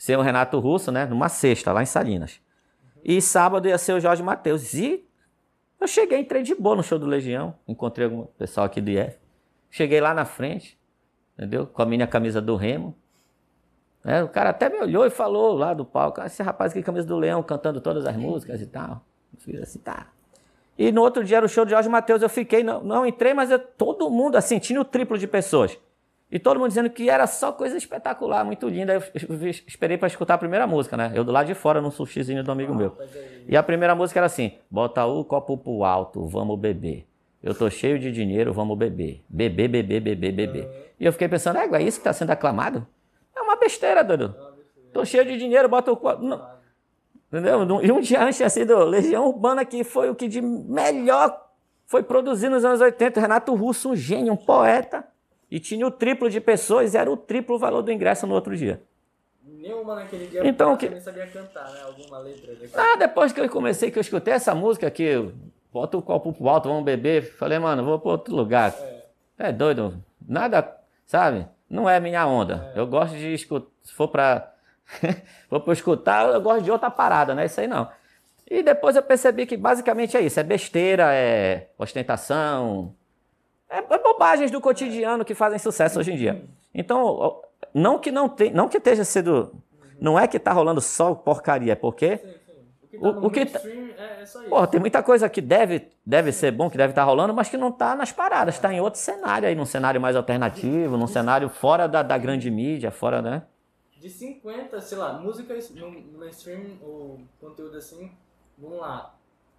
ser o Renato Russo, né? Numa sexta, lá em Salinas. E sábado ia ser o Jorge Mateus. E eu cheguei, entrei de boa no show do Legião. Encontrei algum pessoal aqui do IF. Cheguei lá na frente, entendeu? Com a minha camisa do Remo. O cara até me olhou e falou lá do palco, esse rapaz aqui, camisa do Leão, cantando todas as músicas e tal. Eu fiz assim, tá. E no outro dia era o show de Jorge Mateus, eu fiquei, não entrei, mas todo mundo, assim, tinha o triplo de pessoas. E todo mundo dizendo que era só coisa espetacular, muito linda. Eu esperei para escutar a primeira música, né? Eu do lado de fora, num sushizinho do amigo meu. E a primeira música era assim, bota o copo pro alto, vamos beber. Eu tô cheio de dinheiro, vamos beber. Beber, beber, beber, beber. E eu fiquei pensando, é isso que tá sendo aclamado? É uma besteira, doido. Tô cheio de dinheiro, bota o copo... Entendeu? E um dia antes tinha sido Legião Urbana, que foi o que de melhor foi produzido nos anos 80. Renato Russo, um gênio, um poeta. E tinha o triplo de pessoas, e era o triplo valor do ingresso no outro dia. Nenhuma naquele dia então, eu nem sabia cantar, né? Alguma letra. Depois que eu comecei, que eu escutei essa música aqui, bota o copo pro alto, vamos beber. Falei, mano, vou para outro lugar. É doido. Nada, sabe? Não é minha onda. Eu gosto de escutar, se for para escutar, eu gosto de outra parada, né? Isso aí não. E depois eu percebi que basicamente é isso. É besteira, é ostentação... É bobagens do cotidiano que fazem sucesso hoje em dia. Então, não que esteja sendo... Não é que tá rolando só porcaria, é porque... O que tá no mainstream é só isso. Pô, tem muita coisa que deve ser bom, que deve estar rolando, mas que não tá nas paradas. Tá em outro cenário aí, num cenário mais alternativo, num cenário fora da grande mídia, fora, né? De 50, sei lá, músicas no mainstream, ou conteúdo assim, vamos lá...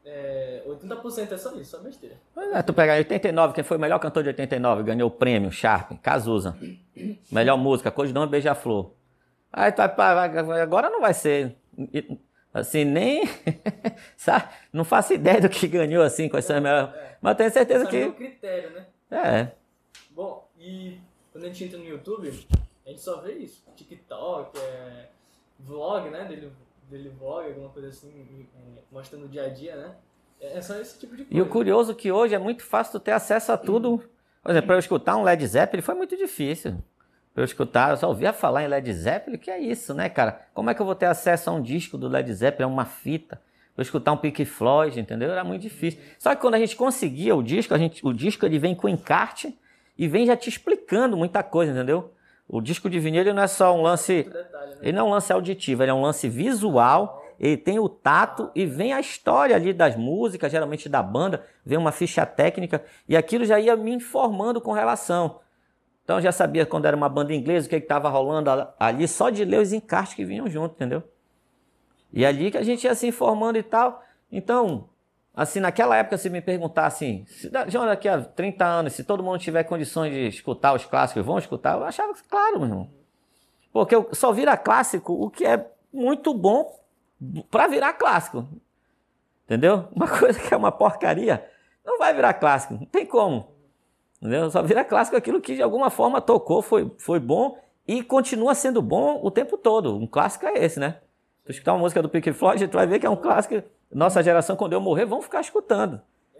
80% é só isso, só besteira. Tu pegar 89, quem foi o melhor cantor de 89, ganhou o prêmio, Sharp, Cazuza. Melhor música, Codidão e Beija-Flor. Aí agora não vai ser, assim, nem, sabe? Não faço ideia do que ganhou, assim, com essa melhor. Mas tenho certeza que... É o critério, né? Bom, e quando a gente entra no YouTube, a gente só vê isso. TikTok, vlog, né, dele vlog, alguma coisa assim, mostrando o dia a dia, né? É só esse tipo de coisa. E o curioso é que hoje é muito fácil tu ter acesso a tudo. Por exemplo, para eu escutar um Led Zeppelin foi muito difícil. Para eu escutar, eu só ouvia falar em Led Zeppelin, que é isso, né, cara? Como é que eu vou ter acesso a um disco do Led Zeppelin, a uma fita? Para eu escutar um Pink Floyd, entendeu? Era muito difícil. Só que quando a gente conseguia o disco, ele vem com encarte e vem já te explicando muita coisa, entendeu? O disco de vinil ele não é só um lance... Detalhe, né? Ele não é um lance auditivo, ele é um lance visual, ele tem o tato e vem a história ali das músicas, geralmente da banda, vem uma ficha técnica e aquilo já ia me informando com relação. Então eu já sabia quando era uma banda inglesa, o que estava rolando ali, só de ler os encartes que vinham junto, entendeu? E ali que a gente ia se informando e tal. Então, assim, naquela época, se me perguntar assim, daqui a 30 anos, se todo mundo tiver condições de escutar os clássicos, vão escutar, eu achava que, claro, meu irmão. Porque só vira clássico o que é muito bom para virar clássico. Entendeu? Uma coisa que é uma porcaria não vai virar clássico, não tem como. Entendeu? Só vira clássico aquilo que de alguma forma tocou, foi bom e continua sendo bom o tempo todo. Um clássico é esse, né? Tu escutar uma música do Pink Floyd, tu vai ver que é um clássico. Nossa geração, quando eu morrer, vão ficar escutando.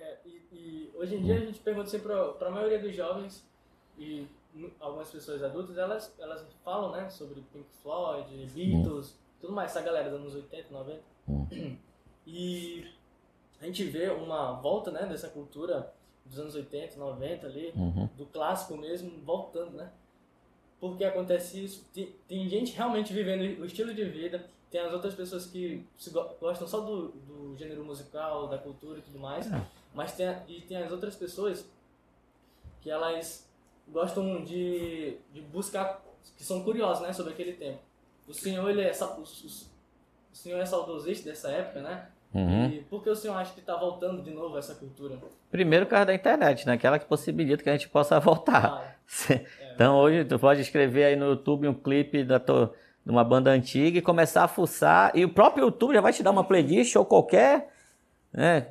E hoje em dia a gente pergunta assim para a maioria dos jovens e algumas pessoas adultas, elas falam, né, sobre Pink Floyd, Beatles, tudo mais, essa galera dos anos 80, 90. E a gente vê uma volta, né, dessa cultura dos anos 80, 90 ali, do clássico mesmo, voltando, né? Porque acontece isso, tem gente realmente vivendo o estilo de vida, tem as outras pessoas que gostam só do gênero musical, da cultura e tudo mais, mas tem as outras pessoas que elas gostam de buscar, que são curiosas, né, sobre aquele tempo. O senhor, o senhor é saudosista dessa época, né? E por que o senhor acha que está voltando de novo essa cultura? Primeiro, por causa da internet, né? Aquela que possibilita que a gente possa voltar. Então, hoje, tu pode escrever aí no YouTube um clipe de uma banda antiga e começar a fuçar. E o próprio YouTube já vai te dar uma playlist ou qualquer... né?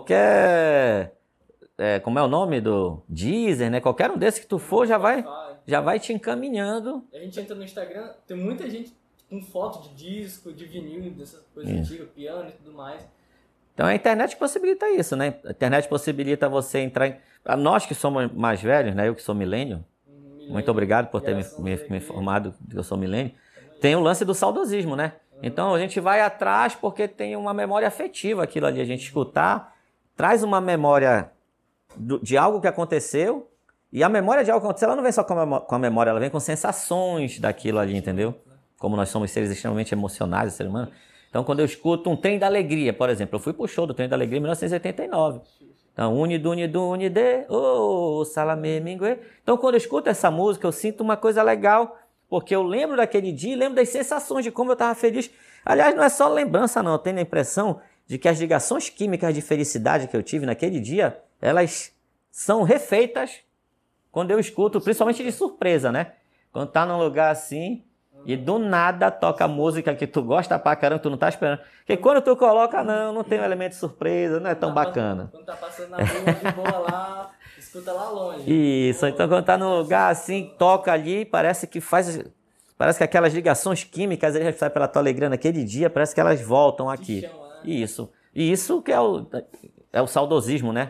Como é o nome do Deezer, né? Qualquer um desses que tu for já vai te encaminhando. A gente entra no Instagram, tem muita gente com foto de disco, de vinil, dessas coisas antigas, piano e tudo mais. Então a internet possibilita isso, né? A internet possibilita você entrar em... Nós que somos mais velhos, né? Eu que sou milênio, muito obrigado por ter me informado que eu sou milênio. tem o lance do saudosismo, né? Então a gente vai atrás porque tem uma memória afetiva aquilo ali. A gente escutar traz uma memória de algo que aconteceu. E a memória de algo que aconteceu, ela não vem só com a memória, ela vem com sensações daquilo ali, entendeu? Como nós somos seres extremamente emocionais, o ser humano. Então, quando eu escuto um Trem da Alegria, por exemplo, eu fui pro show do Trem da Alegria em 1989. Então, Uni, Duni, Duni, De, oh, Salamé, Mingue. Então, quando eu escuto essa música, eu sinto uma coisa legal, porque eu lembro daquele dia e lembro das sensações de como eu estava feliz. Aliás, não é só lembrança, não. Eu tenho a impressão de que as ligações químicas de felicidade que eu tive naquele dia, elas são refeitas quando eu escuto, principalmente de surpresa, né? Quando tá num lugar assim e do nada toca música que tu gosta pra caramba, tu não tá esperando. Porque quando tu coloca, não tem um elemento de surpresa, não é tão bacana. Quando tá passando na rua de boa lá, escuta lá longe. Isso, então quando tá num lugar assim, toca ali, parece que aquelas ligações químicas, eles saem pela tua alegria naquele dia, parece que elas voltam aqui. Chama, né? Isso. E isso que é o saudosismo, né?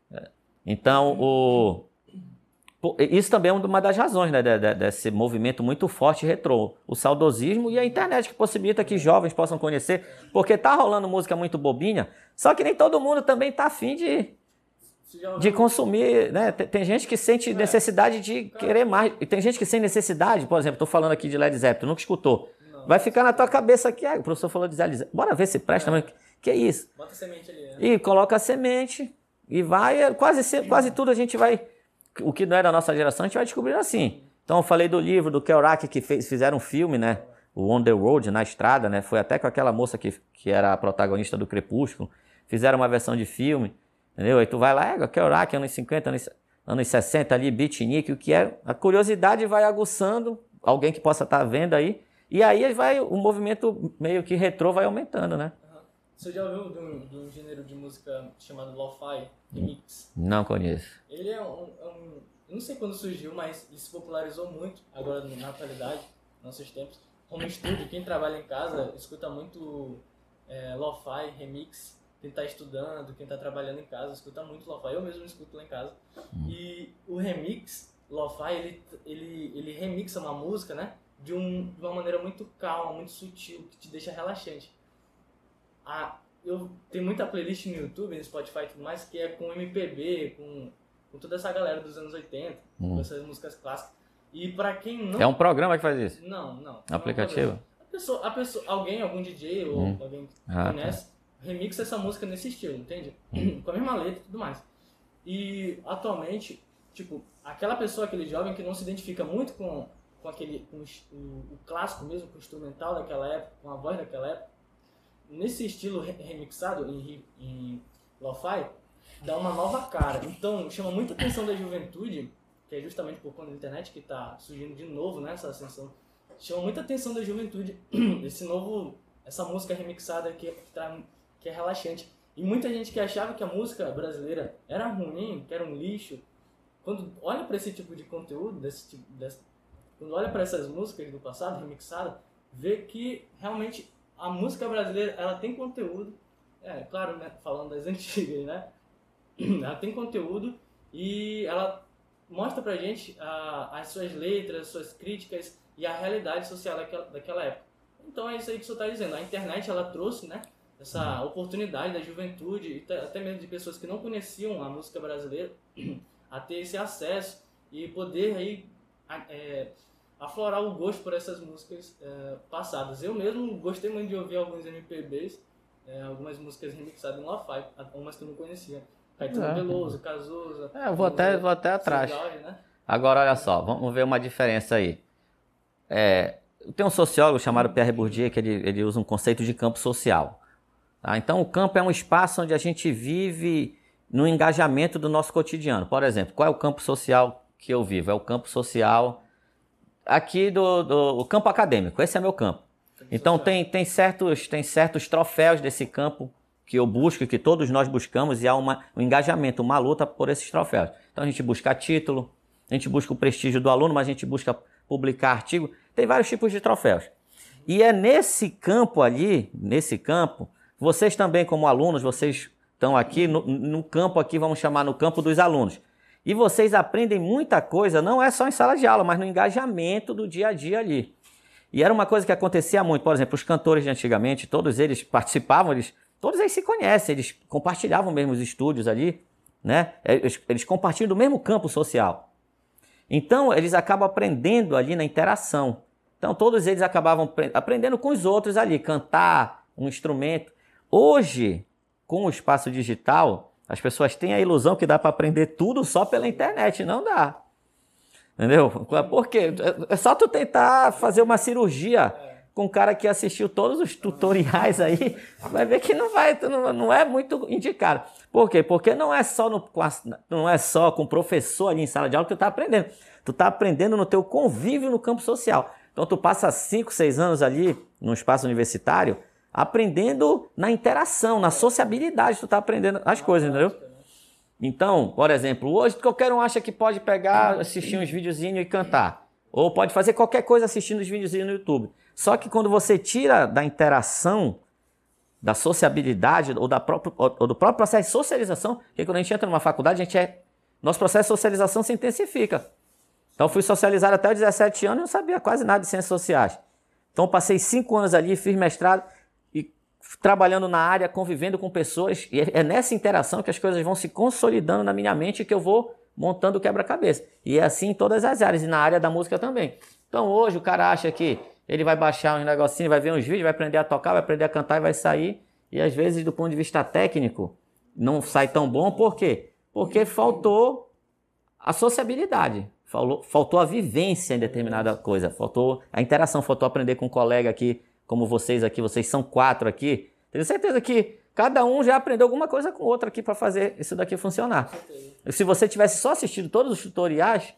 Então, isso também é uma das razões, né, desse movimento muito forte retrô. O saudosismo e a internet que possibilita que jovens possam conhecer, porque tá rolando música muito bobinha, só que nem todo mundo também tá afim de consumir, né? Tem gente que sente necessidade de querer mais. E tem gente que sem necessidade, por exemplo, tô falando aqui de Led Zeppelin, tu nunca escutou. Vai ficar na tua cabeça aqui, o professor falou de Led Zeppelin, bora ver se presta, mas que é isso? Bota a semente ali, né? E coloca a semente e vai, quase tudo a gente vai... O que não é da nossa geração, a gente vai descobrir assim. Então, eu falei do livro do Kerouac, que fizeram um filme, né? O On the Road, na estrada, né? Foi até com aquela moça que era a protagonista do Crepúsculo. Fizeram uma versão de filme, entendeu? Aí tu vai lá, Kerouac, anos 50, anos 60 ali, beatnik, o que é. A curiosidade vai aguçando, alguém que possa estar vendo aí. E aí o movimento meio que retrô vai aumentando, né? Você já ouviu de um gênero de música chamado Lo-Fi, remix? Não conheço. Ele eu não sei quando surgiu, mas ele se popularizou muito agora na atualidade, nos nossos tempos. Home studio, quem trabalha em casa escuta muito Lo-Fi, remix. Quem está estudando, quem está trabalhando em casa, escuta muito Lo-Fi. Eu mesmo escuto lá em casa. E o remix, Lo-Fi, ele remixa uma música, né? De uma maneira muito calma, muito sutil, que te deixa relaxante. Eu tenho muita playlist no YouTube, no Spotify e tudo mais, que é com MPB, com toda essa galera dos anos 80, com essas músicas clássicas. E pra quem não... É um programa que faz isso? Não. Aplicativo? Algum DJ ou alguém que conhece, remixa essa música nesse estilo, entende? Com a mesma letra e tudo mais. E atualmente, tipo, aquela pessoa, aquele jovem que não se identifica muito com o clássico mesmo, com o instrumental daquela época, com a voz daquela época, nesse estilo remixado em Lo-Fi, dá uma nova cara. Então, chama muita atenção da juventude, que é justamente por conta da internet que está surgindo de novo, né, essa ascensão. Chama muita atenção da juventude essa música remixada que é relaxante. E muita gente que achava que a música brasileira era ruim, que era um lixo, quando olha para esse tipo de conteúdo, quando olha para essas músicas do passado, remixadas, vê que realmente a música brasileira, ela tem conteúdo, claro, né, falando das antigas, né? Ela tem conteúdo e ela mostra pra gente as suas letras, as suas críticas e a realidade social daquela época. Então é isso aí que o senhor está dizendo. A internet, ela trouxe, né, essa oportunidade da juventude e até mesmo de pessoas que não conheciam a música brasileira a ter esse acesso e poder aí aflorar o gosto por essas músicas passadas. Eu mesmo gostei muito de ouvir alguns MPBs, algumas músicas remixadas em Lo-Fi, algumas que eu não conhecia. Caetano Veloso, Cazuza... eu vou até atrás. Jorge, né? Agora, olha só, vamos ver uma diferença aí. Tem um sociólogo chamado Pierre Bourdieu que ele usa um conceito de campo social. Tá? Então, o campo é um espaço onde a gente vive no engajamento do nosso cotidiano. Por exemplo, qual é o campo social que eu vivo? É o campo social aqui do campo acadêmico. Esse é meu campo. Então, tem certos troféus desse campo que eu busco e que todos nós buscamos, e há um engajamento, uma luta por esses troféus. Então, a gente busca título, a gente busca o prestígio do aluno, mas a gente busca publicar artigo. Tem vários tipos de troféus. E é nesse campo ali, vocês também como alunos, vocês estão aqui no campo aqui, vamos chamar no campo dos alunos. E vocês aprendem muita coisa, não é só em sala de aula, mas no engajamento do dia a dia ali. E era uma coisa que acontecia muito. Por exemplo, os cantores de antigamente, todos eles participavam, todos eles se conhecem, eles compartilhavam mesmo os estúdios ali, né? Eles compartilham do mesmo campo social. Então, eles acabam aprendendo ali na interação. Então, todos eles acabavam aprendendo com os outros ali, cantar um instrumento. Hoje, com o espaço digital, as pessoas têm a ilusão que dá para aprender tudo só pela internet. Não dá. Entendeu? Por quê? É só tu tentar fazer uma cirurgia com um cara que assistiu todos os tutoriais aí, vai ver que não é muito indicado. Por quê? Porque não é só com o professor ali em sala de aula que tu tá aprendendo. Tu tá aprendendo no teu convívio no campo social. Então tu passa 5, 6 anos ali no espaço universitário aprendendo na interação, na sociabilidade, tu tá aprendendo as coisas, entendeu? Então, por exemplo, hoje qualquer um acha que pode pegar, assistir uns videozinhos e cantar. Ou pode fazer qualquer coisa assistindo os videozinhos no YouTube. Só que quando você tira da interação, da sociabilidade ou do próprio processo de socialização, porque quando a gente entra numa faculdade, nosso processo de socialização se intensifica. Então, eu fui socializado até os 17 anos e não sabia quase nada de ciências sociais. Então, eu passei 5 anos ali, fiz mestrado e trabalhando na área, convivendo com pessoas. E é nessa interação que as coisas vão se consolidando na minha mente que eu vou montando o quebra-cabeça. E é assim em todas as áreas, e na área da música também. Então, hoje, o cara acha que ele vai baixar uns negocinhos, vai ver uns vídeos, vai aprender a tocar, vai aprender a cantar e vai sair. E, às vezes, do ponto de vista técnico, não sai tão bom. Por quê? Porque faltou a sociabilidade. Faltou a vivência em determinada coisa, faltou a interação, faltou aprender com um colega aqui, como vocês aqui, vocês são 4 aqui. Tenho certeza que cada um já aprendeu alguma coisa com o outro aqui para fazer isso daqui funcionar. Se você tivesse só assistido todos os tutoriais,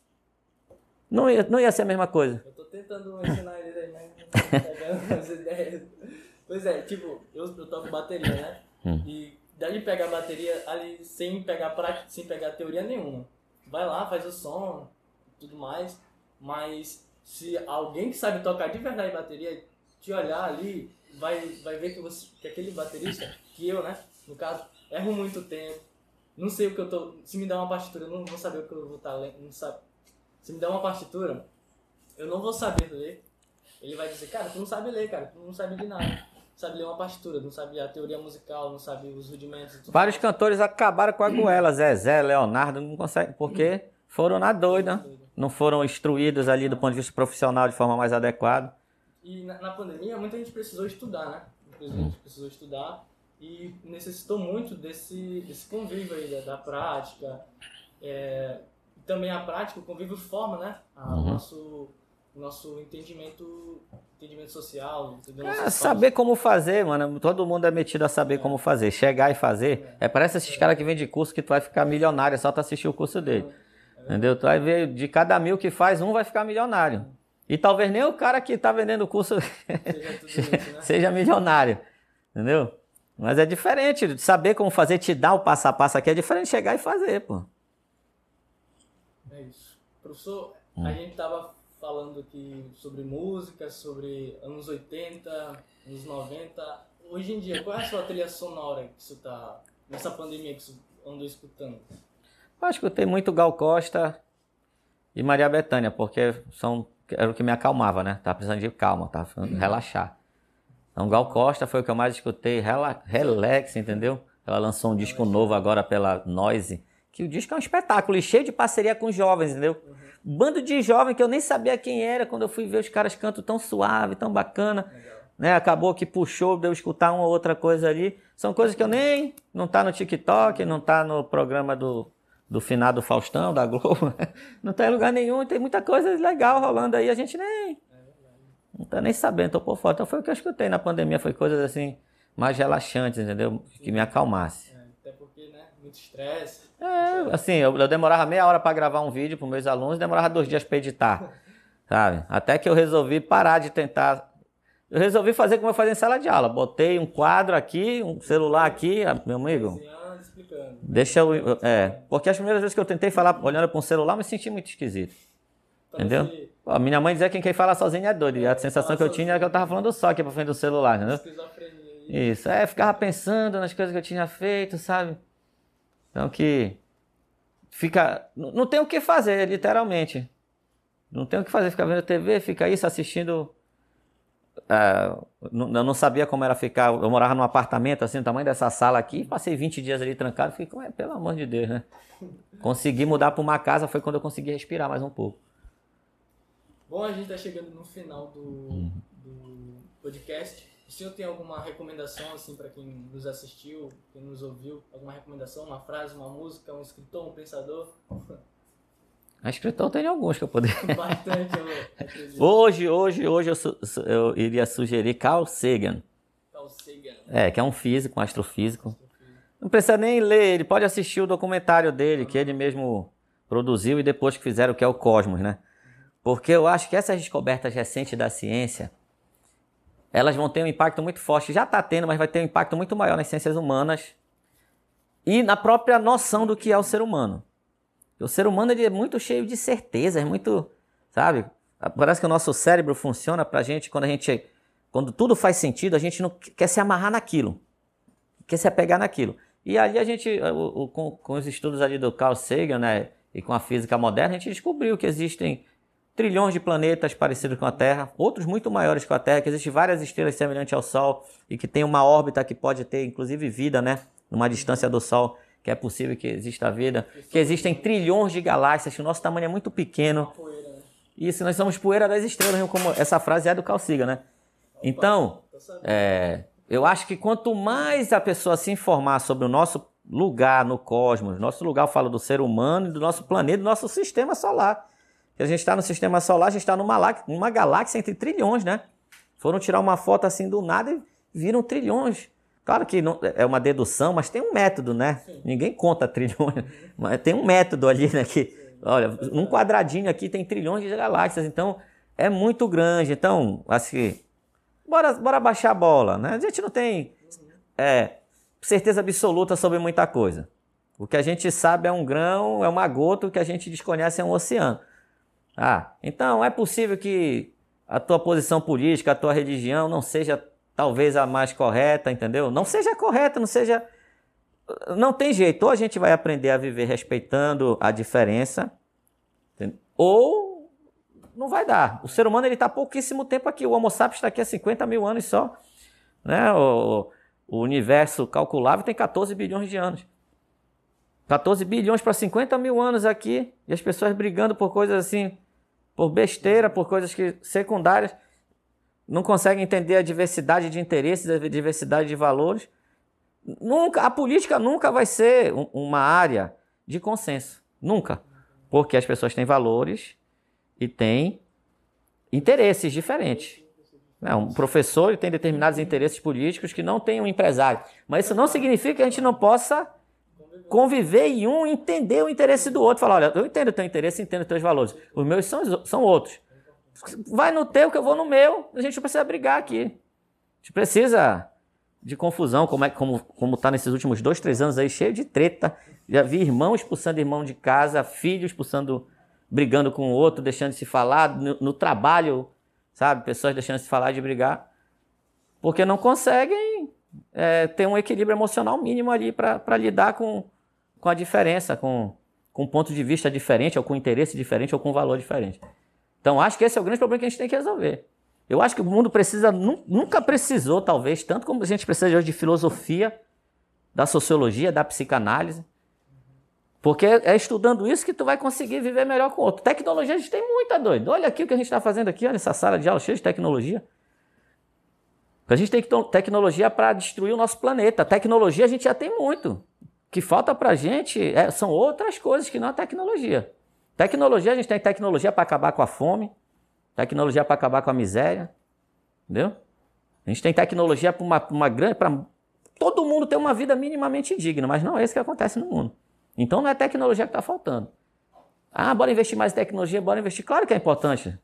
não ia ser a mesma coisa. Eu tô tentando ensinar eles aí, mas pegando as ideias. Pois é, tipo, eu toco bateria, né? E daí pegar bateria ali sem pegar prática, sem pegar teoria nenhuma. Vai lá, faz o som, tudo mais, mas se alguém que sabe tocar de verdade bateria te olhar ali, vai ver que aquele baterista, que eu, né, no caso, erro muito tempo, não sei o que eu tô... Se me dá uma partitura, eu não vou saber o que eu vou estar lendo, não sabe. Se me dá uma partitura, eu não vou saber ler. Ele vai dizer, cara, tu não sabe ler, cara, tu não sabe de nada. Não sabe ler uma partitura, não sabe a teoria musical, não sabe os rudimentos. Vários cantores acabaram com a goela, Zezé, Leonardo, não conseguem, porque foram na doida, não foram instruídos ali do ponto de vista profissional de forma mais adequada. E na pandemia, muita gente precisou estudar, né? Muita gente precisou estudar e necessitou muito desse convívio aí, da prática. Também a prática, o convívio forma, né? O nosso entendimento social. Saber como fazer, mano. Todo mundo é metido a saber como fazer. Chegar e fazer. Parece esses caras que vendem curso que tu vai ficar milionário só tu assistir o curso dele. Entendeu? Tu vai ver, de cada 1000 que faz, um vai ficar milionário. E talvez nem o cara que tá vendendo o curso seja milionário. Entendeu? Mas é diferente. Saber como fazer, te dar o passo a passo aqui, é diferente de chegar e fazer, pô. É isso. Professor, a gente tava falando aqui sobre música, sobre anos 80, anos 90. Hoje em dia, qual é a sua trilha sonora que você tá, nessa pandemia que você andou escutando? Eu escutei muito Gal Costa e Maria Bethânia, porque era o que me acalmava, né? Tava precisando de calma, tava precisando relaxar. Então Gal Costa foi o que eu mais escutei, relax, entendeu? Ela lançou um disco novo agora pela Noise, que o disco é um espetáculo e cheio de parceria com jovens, entendeu? Bando de jovem que eu nem sabia quem era, quando eu fui ver os caras cantam tão suave, tão bacana, né? Acabou que puxou, deu escutar uma ou outra coisa ali. São coisas que eu não tá no TikTok, não tá no programa do finado Faustão, da Globo, não tá em lugar nenhum, tem muita coisa legal rolando aí, a gente não tá nem sabendo, tô por fora. Então foi o que eu escutei na pandemia, foi coisas assim, mais relaxantes, entendeu? Que me acalmasse. Até porque, né, muito estresse. Assim, eu demorava meia hora para gravar um vídeo para meus alunos, demorava 2 dias para editar, sabe? Até que eu resolvi parar de tentar. Eu resolvi fazer como eu fazia em sala de aula. Botei um quadro aqui, um celular aqui, meu amigo. Deixa eu. Porque as primeiras vezes que eu tentei falar olhando para um celular, eu me senti muito esquisito. Entendeu? Pô, minha mãe dizia que quem fala sozinho é doido. E a sensação que eu tinha era que eu tava falando só aqui pra frente do celular, entendeu? Isso. Ficava pensando nas coisas que eu tinha feito, sabe? Então que fica... Não tem o que fazer, literalmente. Não tem o que fazer, fica vendo TV, fica isso, assistindo Eu não sabia como era ficar. Eu morava num apartamento, assim, do tamanho dessa sala aqui. Passei 20 dias ali trancado. Fiquei, pelo amor de Deus, né? Consegui mudar para uma casa, foi quando eu consegui respirar mais um pouco. Bom, a gente está chegando no final do podcast. O senhor tem alguma recomendação, assim, para quem nos assistiu, quem nos ouviu? Alguma recomendação, uma frase, uma música, um escritor, um pensador? A escritor tem alguns que eu poderia... Bastante, eu acredito. Hoje eu iria sugerir Carl Sagan. Carl Sagan. Que é um físico, um astrofísico. Não precisa nem ler, ele pode assistir o documentário dele, que ele mesmo produziu e depois que fizeram, que é o Cosmos, né? Porque eu acho que essas descobertas recentes da ciência, elas vão ter um impacto muito forte. Já está tendo, mas vai ter um impacto muito maior nas ciências humanas e na própria noção do que é o ser humano. O ser humano ele é muito cheio de certezas, muito, sabe? Parece que o nosso cérebro funciona pra gente, quando tudo faz sentido, a gente não quer se amarrar naquilo, quer se apegar naquilo. E ali a gente, com os estudos ali do Carl Sagan, né, e com a física moderna, a gente descobriu que existem trilhões de planetas parecidos com a Terra, outros muito maiores que a Terra, que existem várias estrelas semelhantes ao Sol e que tem uma órbita que pode ter, inclusive, vida, né, numa distância do Sol, que é possível que exista vida, que existem trilhões de galáxias, que o nosso tamanho é muito pequeno. Isso, nós somos poeira das estrelas, como essa frase é do Carl Sagan, né? Então, eu acho que quanto mais a pessoa se informar sobre o nosso lugar no cosmos, nosso lugar, eu falo do ser humano, do nosso planeta, do nosso sistema solar. A gente está no sistema solar, a gente está numa galáxia entre trilhões, né? Foram tirar uma foto assim do nada e viram trilhões. Claro que não, é uma dedução, mas tem um método, né? Sim. Ninguém conta trilhões, mas tem um método ali, né? Que, olha, num quadradinho aqui tem trilhões de galáxias, então é muito grande. Então, acho que bora baixar a bola, né? A gente não tem certeza absoluta sobre muita coisa. O que a gente sabe é um grão, é uma gota, o que a gente desconhece é um oceano. Então é possível que a tua posição política, a tua religião não seja talvez a mais correta, entendeu? Não seja correta, não seja... Não tem jeito. Ou a gente vai aprender a viver respeitando a diferença, entendeu? Ou não vai dar. O ser humano está há pouquíssimo tempo aqui. O Homo sapiens está aqui há 50 mil anos só. Né? O universo calculável tem 14 bilhões de anos. 14 bilhões para 50 mil anos aqui. E as pessoas brigando por coisas assim, por besteira, por coisas secundárias. Não conseguem entender a diversidade de interesses, a diversidade de valores. A política nunca vai ser uma área de consenso. Nunca. Porque as pessoas têm valores e têm interesses diferentes. Um professor tem determinados interesses políticos que não tem um empresário. Mas isso não significa que a gente não possa conviver e entender o interesse do outro. Falar, olha, eu entendo o teu interesse, entendo os teus valores. Os meus são outros. Vai no teu que eu vou no meu. A gente não precisa brigar aqui. A gente precisa de confusão, como está nesses últimos 2, 3 anos aí, cheio de treta. Já vi irmão expulsando irmão de casa, filho brigando com o outro, deixando de se falar, no trabalho, sabe? Pessoas deixando de se falar, de brigar, porque não conseguem ter um equilíbrio emocional mínimo ali para lidar com a diferença, com um ponto de vista diferente, ou com interesse diferente, ou com valor diferente. Então, acho que esse é o grande problema que a gente tem que resolver. Eu acho que o mundo nunca precisou, talvez, tanto como a gente precisa hoje de filosofia, da sociologia, da psicanálise, porque é estudando isso que tu vai conseguir viver melhor com o outro. Tecnologia a gente tem muita, doido. Olha aqui o que a gente está fazendo aqui, olha essa sala de aula cheia de tecnologia. A gente tem tecnologia para destruir o nosso planeta. Tecnologia a gente já tem muito. O que falta para a gente são outras coisas que não a tecnologia. Tecnologia, a gente tem tecnologia para acabar com a fome, tecnologia para acabar com a miséria, entendeu? A gente tem tecnologia para todo mundo ter uma vida minimamente digna, mas não é isso que acontece no mundo. Então não é tecnologia que está faltando. Bora investir mais em tecnologia, bora investir. Claro que é importante,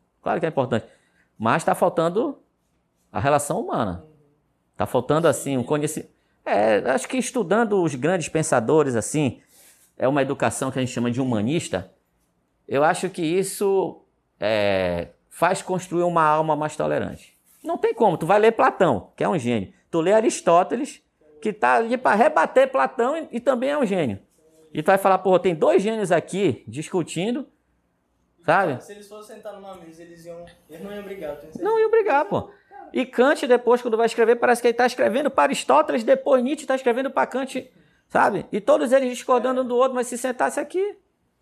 mas está faltando a relação humana. Está faltando, assim, um conhecimento. Acho que estudando os grandes pensadores, assim, é uma educação que a gente chama de humanista. Eu acho que isso faz construir uma alma mais tolerante. Não tem como. Tu vai ler Platão, que é um gênio. Tu lê Aristóteles, que está ali para rebater Platão e também é um gênio. E tu vai falar, tem 2 gênios aqui discutindo, sabe? Se eles fossem sentar numa mesa, eles não iam brigar. Não iam brigar, pô. E Kant, depois, quando vai escrever, parece que ele está escrevendo para Aristóteles, depois Nietzsche está escrevendo para Kant, sabe? E todos eles discordando um do outro, mas se sentasse aqui,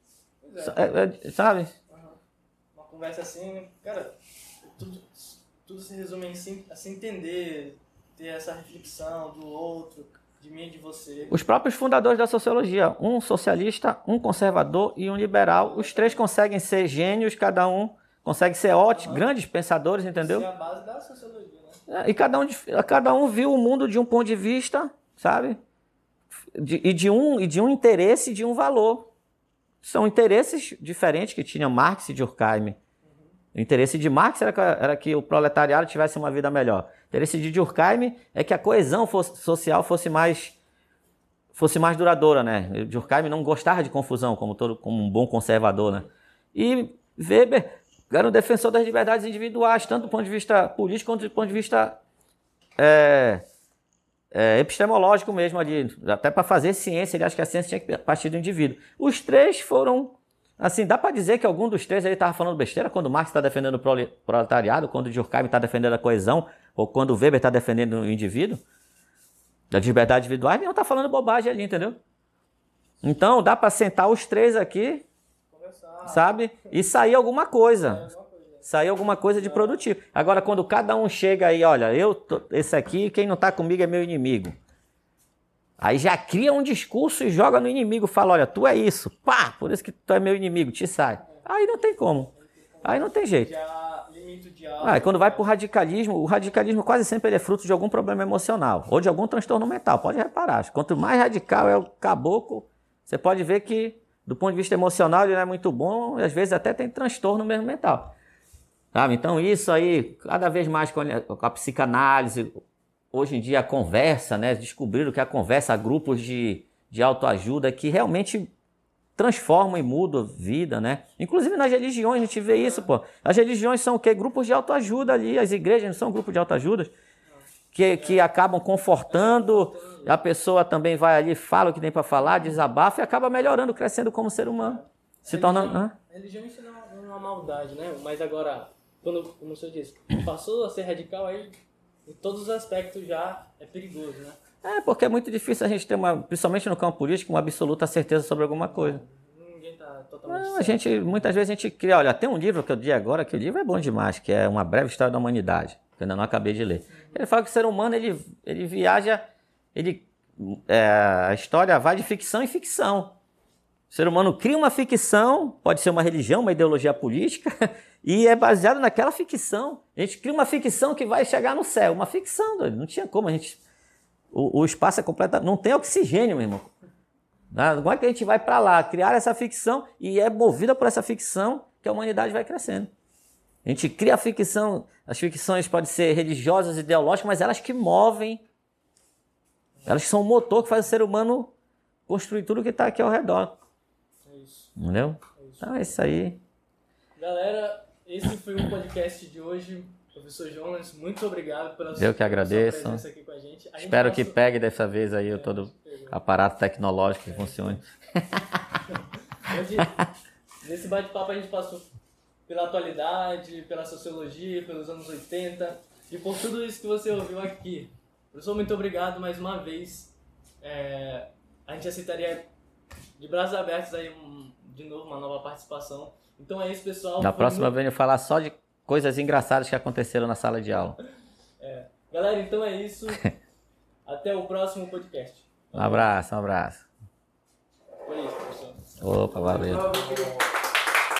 sabe? Uma conversa assim, cara, tudo se resume em se entender, ter essa reflexão do outro, de mim e de você. Os próprios fundadores da sociologia, um socialista, um conservador e um liberal, os três conseguem ser gênios, cada um consegue ser ótimos, grandes pensadores, entendeu? Isso é a base da sociologia, né? E cada um viu o mundo de um ponto de vista, sabe? De um interesse e de um valor. São interesses diferentes que tinha Marx e Durkheim. O interesse de Marx era que o proletariado tivesse uma vida melhor. O interesse de Durkheim é que a coesão social fosse mais duradoura, né? Durkheim não gostava de confusão, como um bom conservador, né? E Weber era um defensor das liberdades individuais, tanto do ponto de vista político quanto do ponto de vista epistemológico mesmo ali. Até para fazer ciência, ele acha que a ciência tinha que partir do indivíduo. Os três foram... Assim, dá para dizer que algum dos três ele estava falando besteira quando Marx está defendendo o proletariado, quando Durkheim está defendendo a coesão, ou quando Weber está defendendo o indivíduo, da liberdade individual, ele não está falando bobagem ali, entendeu? Então, dá para sentar os três aqui, conversar, sabe? E sair alguma coisa. Sair alguma coisa de produtivo. Agora, quando cada um chega aí, olha, esse aqui, quem não está comigo é meu inimigo. Aí já cria um discurso e joga no inimigo, fala, olha, tu é isso, pá, por isso que tu é meu inimigo, te sai. Aí não tem como, aí não tem jeito. Aí quando vai pro radicalismo, o radicalismo quase sempre ele é fruto de algum problema emocional, ou de algum transtorno mental, pode reparar. Quanto mais radical é o caboclo, você pode ver que, do ponto de vista emocional, ele não é muito bom, e às vezes até tem transtorno mesmo mental. Sabe? Então isso aí, cada vez mais com a psicanálise... Hoje em dia a conversa, né? Descobriram que a conversa, grupos de autoajuda que realmente transformam e mudam a vida, né? Inclusive nas religiões a gente vê isso, pô. As religiões são o quê? Grupos de autoajuda ali, as igrejas não são grupos de autoajuda que acabam confortando, a pessoa também vai ali, fala o que tem para falar, desabafa e acaba melhorando, crescendo como ser humano. Religião ensina uma maldade, né? Mas agora, como o senhor disse, passou a ser radical aí... Em todos os aspectos já é perigoso, né? Porque é muito difícil a gente ter, principalmente no campo político, uma absoluta certeza sobre alguma coisa. Ninguém está totalmente muitas vezes a gente cria... Olha, tem um livro que eu li agora, que o livro é bom demais, que é Uma Breve História da Humanidade, que eu ainda não acabei de ler. Ele fala que o ser humano, ele viaja... a história vai de ficção em ficção. O ser humano cria uma ficção, pode ser uma religião, uma ideologia política... E é baseado naquela ficção. A gente cria uma ficção que vai chegar no céu. Uma ficção, doido. Não tinha como. O espaço é completamente... Não tem oxigênio, meu irmão. Como é que a gente vai para lá? Criar essa ficção e é movida por essa ficção que a humanidade vai crescendo. A gente cria a ficção. As ficções podem ser religiosas, ideológicas, mas elas que movem. Elas são o motor que faz o ser humano construir tudo que está aqui ao redor. É isso. Entendeu? Então é isso aí. Galera... Esse foi o podcast de hoje. Professor Jonas, muito obrigado pela Eu que agradeço. Sua presença aqui com a gente. Espero que pegue dessa vez aí todo o aparato tecnológico que funcione. Nesse bate-papo a gente passou pela atualidade, pela sociologia, pelos anos 80 e por tudo isso que você ouviu aqui. Professor, muito obrigado mais uma vez. A gente aceitaria de braços abertos aí de novo uma nova participação. Então é isso, pessoal. Na próxima vez eu falar só de coisas engraçadas que aconteceram na sala de aula. Galera, então é isso. Até o próximo podcast. Um abraço. Foi isso, professor. Opa, valeu.